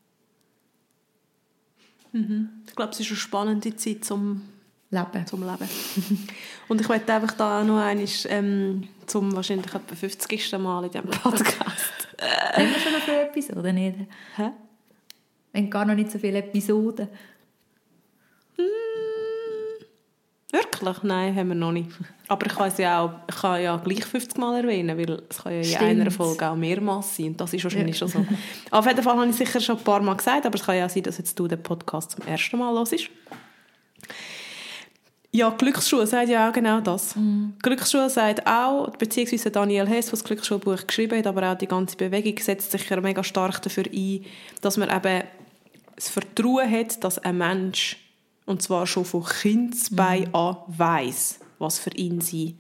Ich glaube, es ist eine spannende Zeit zum Leben. Und ich möchte einfach da noch einmal zum wahrscheinlich etwa 50. Mal in diesem Podcast. Haben wir schon noch viele Episoden, nicht? Hä? Wir haben gar noch nicht so viele Episoden. Wirklich? Nein, haben wir noch nicht. Aber ich kann ja gleich 50 Mal erwähnen, weil es kann ja in einer Folge auch mehrmals sein. Und das ist wahrscheinlich schon so. Auf jeden Fall habe ich sicher schon ein paar Mal gesagt, aber es kann ja sein, dass jetzt du den Podcast zum ersten Mal hörst. Ja, Glücksschule sagt ja auch genau das. Glücksschule sagt auch, beziehungsweise Daniel Hess, der das Glücksschulbuch geschrieben hat, aber auch die ganze Bewegung setzt sich ja mega stark dafür ein, dass man eben das Vertrauen hat, dass ein Mensch, und zwar schon von Kindesbein an, weiss, was für ihn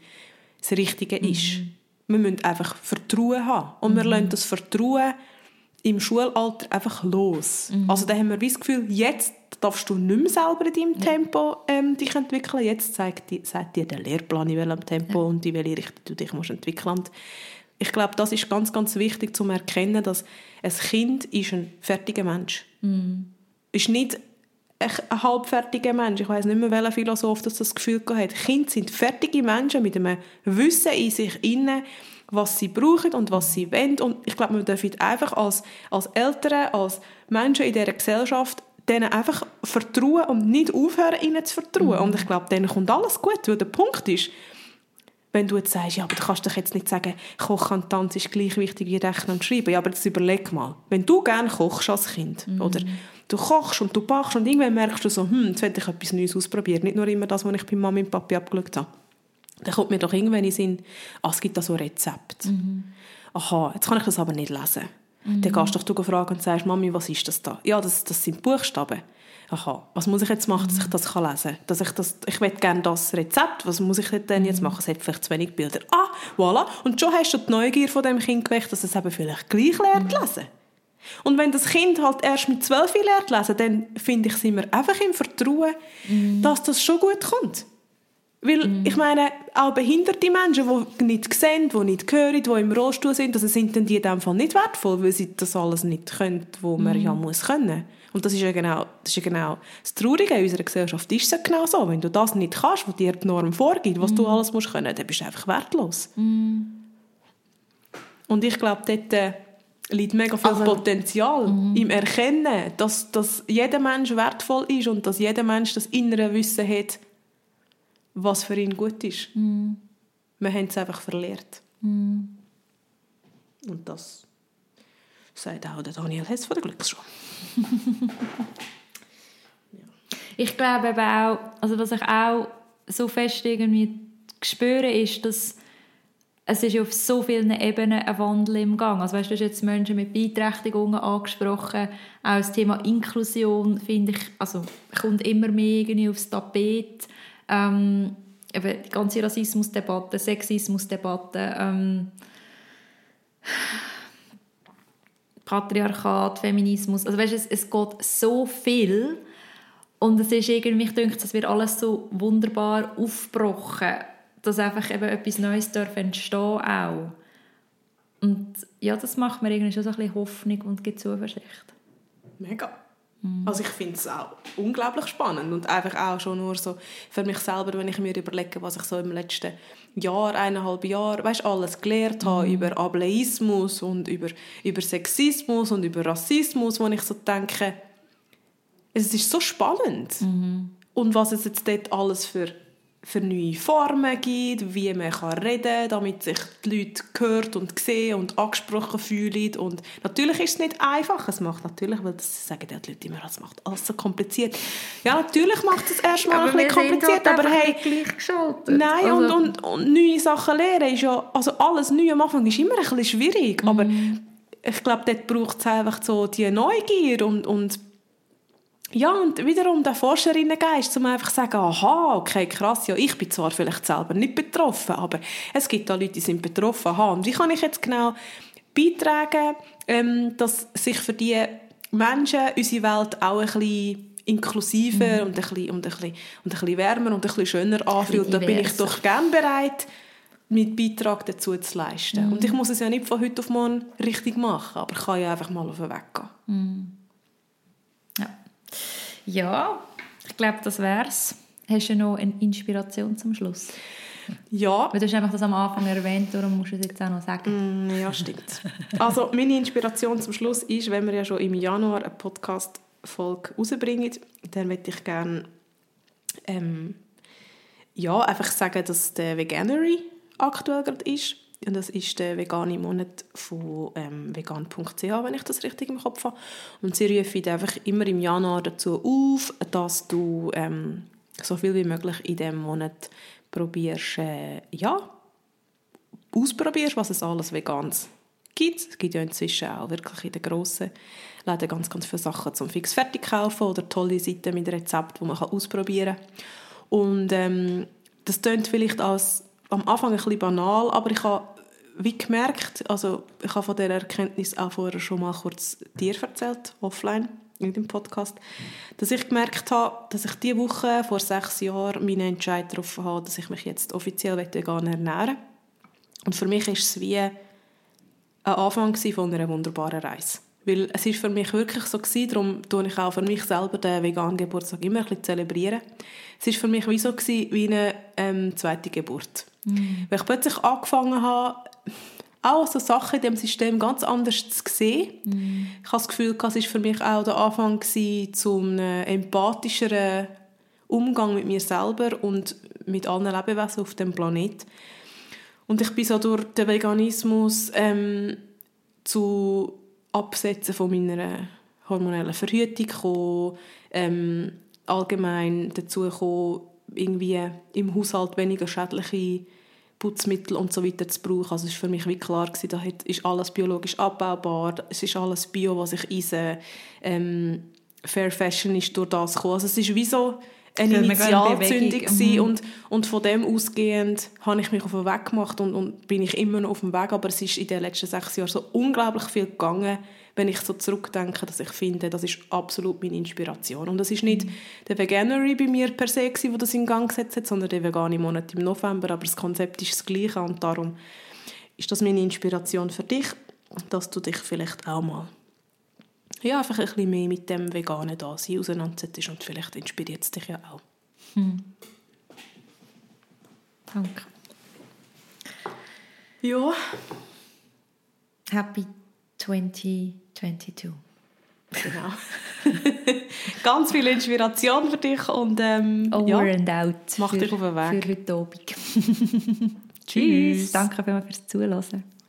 das Richtige ist. Wir müssen einfach Vertrauen haben. Und wir lassen das Vertrauen im Schulalter einfach los. Also da haben wir das Gefühl, jetzt darfst du nicht mehr selber in deinem Tempo dich entwickeln. Jetzt sagt dir der Lehrplan, in welchem Tempo und in welche Richtung du dich entwickeln musst. Ich glaube, das ist ganz, ganz wichtig, zu erkennen, dass ein Kind ist ein fertiger Mensch. Ist nicht ein halbfertiger Mensch. Ich weiss nicht mehr, welcher Philosoph das Gefühl hat. Kinder sind fertige Menschen mit einem Wissen in sich inne, was sie brauchen und was sie wollen. Und ich glaube, man darf einfach als Eltern, als Menschen in dieser Gesellschaft denen einfach vertrauen und nicht aufhören, ihnen zu vertrauen. Und ich glaube, denen kommt alles gut. Weil der Punkt ist, wenn du jetzt sagst, ja, aber du kannst doch jetzt nicht sagen, Kochen und Tanzen ist gleich wichtig wie Rechnen und Schreiben. Ja, aber jetzt überleg mal. Wenn du gerne kochst als Kind, oder du kochst und du backst und irgendwann merkst du so, jetzt will ich etwas Neues ausprobieren. Nicht nur immer das, was ich bei Mami und Papi abgeschaut habe. Dann kommt mir doch irgendwann in den Sinn, es gibt da so Rezepte. Aha, jetzt kann ich das aber nicht lesen. Dann gehst du fragen und sagst, Mami, was ist das da? Ja, das sind Buchstaben. Aha, was muss ich jetzt machen, dass ich das lesen kann? Ich will gerne das Rezept, was muss ich denn jetzt machen? Es hat vielleicht zu wenig Bilder. Ah, voilà. Und schon hast du die Neugier von dem Kind geweckt, dass es eben vielleicht gleich lernt lesen. Und wenn das Kind halt erst mit 12 lernt lesen, dann finde ich, sind wir einfach im Vertrauen, dass das schon gut kommt. Weil, ich meine, auch behinderte Menschen, die nicht sehen, die nicht hören, die im Rollstuhl sind, also sind dann die in diesem Fall nicht wertvoll, weil sie das alles nicht können, was man ja muss können. Und das ist ja genau das Traurige in unserer Gesellschaft. Ist es ja genau so. Wenn du das nicht kannst, was dir die Norm vorgibt, was du alles musst können, dann bist du einfach wertlos. Und ich glaube, dort liegt mega viel Potenzial im Erkennen, dass jeder Mensch wertvoll ist und dass jeder Mensch das innere Wissen hat, was für ihn gut ist. Wir haben es einfach verlehrt. Und das sagt auch der Daniel Hess von der Glücksschule. Ich glaube eben auch, also was ich auch so fest irgendwie spüre, ist, dass es ist auf so vielen Ebenen ein Wandel im Gang. Also weißt, du hast jetzt Menschen mit Beeinträchtigungen angesprochen. Auch das Thema Inklusion, finde ich, also kommt immer mehr irgendwie aufs Tapet. Eben die ganze Rassismusdebatte, Sexismusdebatte, Patriarchat, Feminismus. Also weißt, es geht so viel und es ist irgendwie, ich denke, das wird alles so wunderbar aufgebrochen, dass einfach eben etwas Neues entstehen auch. Und ja, das macht mir irgendwie schon so ein bisschen Hoffnung und gibt Zuversicht. Mega. Also ich finde es auch unglaublich spannend und einfach auch schon nur so für mich selber, wenn ich mir überlege, was ich so im letzten Jahr, 1,5 Jahr, weißt, alles gelernt habe über Ableismus und über Sexismus und über Rassismus, wo ich so denke, es ist so spannend. Und was es jetzt dort alles für für neue Formen gibt, wie man reden kann, damit sich die Leute gehört und gesehen und angesprochen fühlen. Und natürlich ist es nicht einfach. Es macht natürlich, weil das sagen die Leute immer, es macht alles so kompliziert. Ja, natürlich macht es erstmal ein bisschen kompliziert, aber hey, gleich geschaltet. Nein, also. und neue Sachen lernen ist ja, also alles neu am Anfang ist immer ein bisschen schwierig, aber ich glaube, dort braucht es einfach so die Neugier und ja, und wiederum der Forscherinnengeist, um einfach zu sagen, aha, okay, krass, ja, ich bin zwar vielleicht selber nicht betroffen, aber es gibt da Leute, die sind betroffen, aha, und wie kann ich jetzt genau beitragen, dass sich für die Menschen unsere Welt auch ein bisschen inklusiver und ein bisschen wärmer und ein bisschen schöner anfühlt. Da bin ich doch gerne bereit, meinen Beitrag dazu zu leisten. Und ich muss es ja nicht von heute auf morgen richtig machen, aber ich kann ja einfach mal auf den Weg gehen. Ja, ich glaube, das wär's. Hast du noch eine Inspiration zum Schluss? Ja. Weil du hast einfach das am Anfang erwähnt, darum musst du es jetzt auch noch sagen. Ja, stimmt. Also meine Inspiration zum Schluss ist, wenn wir ja schon im Januar eine Podcast-Folge rausbringen, dann möchte ich gerne einfach sagen, dass der Veganuary aktuell gerade ist. Und das ist der vegane Monat von vegan.ch, wenn ich das richtig im Kopf habe. Und sie rufen einfach immer im Januar dazu auf, dass du so viel wie möglich in diesem Monat ausprobierst, was es alles Veganes gibt. Es gibt ja inzwischen auch wirklich in den grossen Läden ganz, ganz viele Sachen zum fix fertig kaufen oder tolle Seiten mit Rezepten, die man ausprobieren kann. Und das klingt vielleicht am Anfang ein bisschen banal, aber ich habe gemerkt, also ich habe von dieser Erkenntnis auch vorher schon mal kurz dir erzählt, offline, in dem Podcast, dass ich gemerkt habe, dass ich diese Woche vor 6 Jahren meinen Entscheid getroffen habe, dass ich mich jetzt offiziell vegan ernähren will. Und für mich war es wie ein Anfang von einer wunderbaren Reise. Weil es war für mich wirklich so, darum tue ich auch für mich selber den veganen Geburtstag immer ein bisschen zelebrieren. Es war für mich wie so wie eine zweite Geburt. Weil ich plötzlich angefangen habe, auch so Sachen in diesem System ganz anders zu sehen. Ich habe das Gefühl, es war für mich auch der Anfang zu einem empathischeren Umgang mit mir selber und mit allen Lebewesen auf dem Planeten. Und ich bin so durch den Veganismus zu Absetzen von meiner hormonellen Verhütung gekommen, allgemein dazu gekommen, irgendwie im Haushalt weniger schädliche Putzmittel und so weiter zu brauchen. Also es war für mich wie klar gewesen, da ist alles biologisch abbaubar, es ist alles Bio, was ich esse. Fair Fashion ist durch das gekommen. Also es ist wie so eine Initialzündung und von dem ausgehend habe ich mich auf den Weg gemacht und bin ich immer noch auf dem Weg, aber es ist in den letzten 6 Jahren so unglaublich viel gegangen, wenn ich so zurückdenke, dass ich finde, das ist absolut meine Inspiration. Und das ist nicht der Veganuary bei mir per se, der das in Gang gesetzt hat, sondern der vegane Monat im November, aber das Konzept ist das Gleiche und darum ist das meine Inspiration für dich, dass du dich vielleicht auch mal einfach ein bisschen mehr mit dem veganen Dasein auseinandersetzt und vielleicht inspiriert es dich ja auch. Danke. Ja. Happy 2022. Genau. Ganz viel Inspiration für dich und Over and out. Mach dich auf den Weg. Für heute Abend. Tschüss. Danke fürs Zuhören.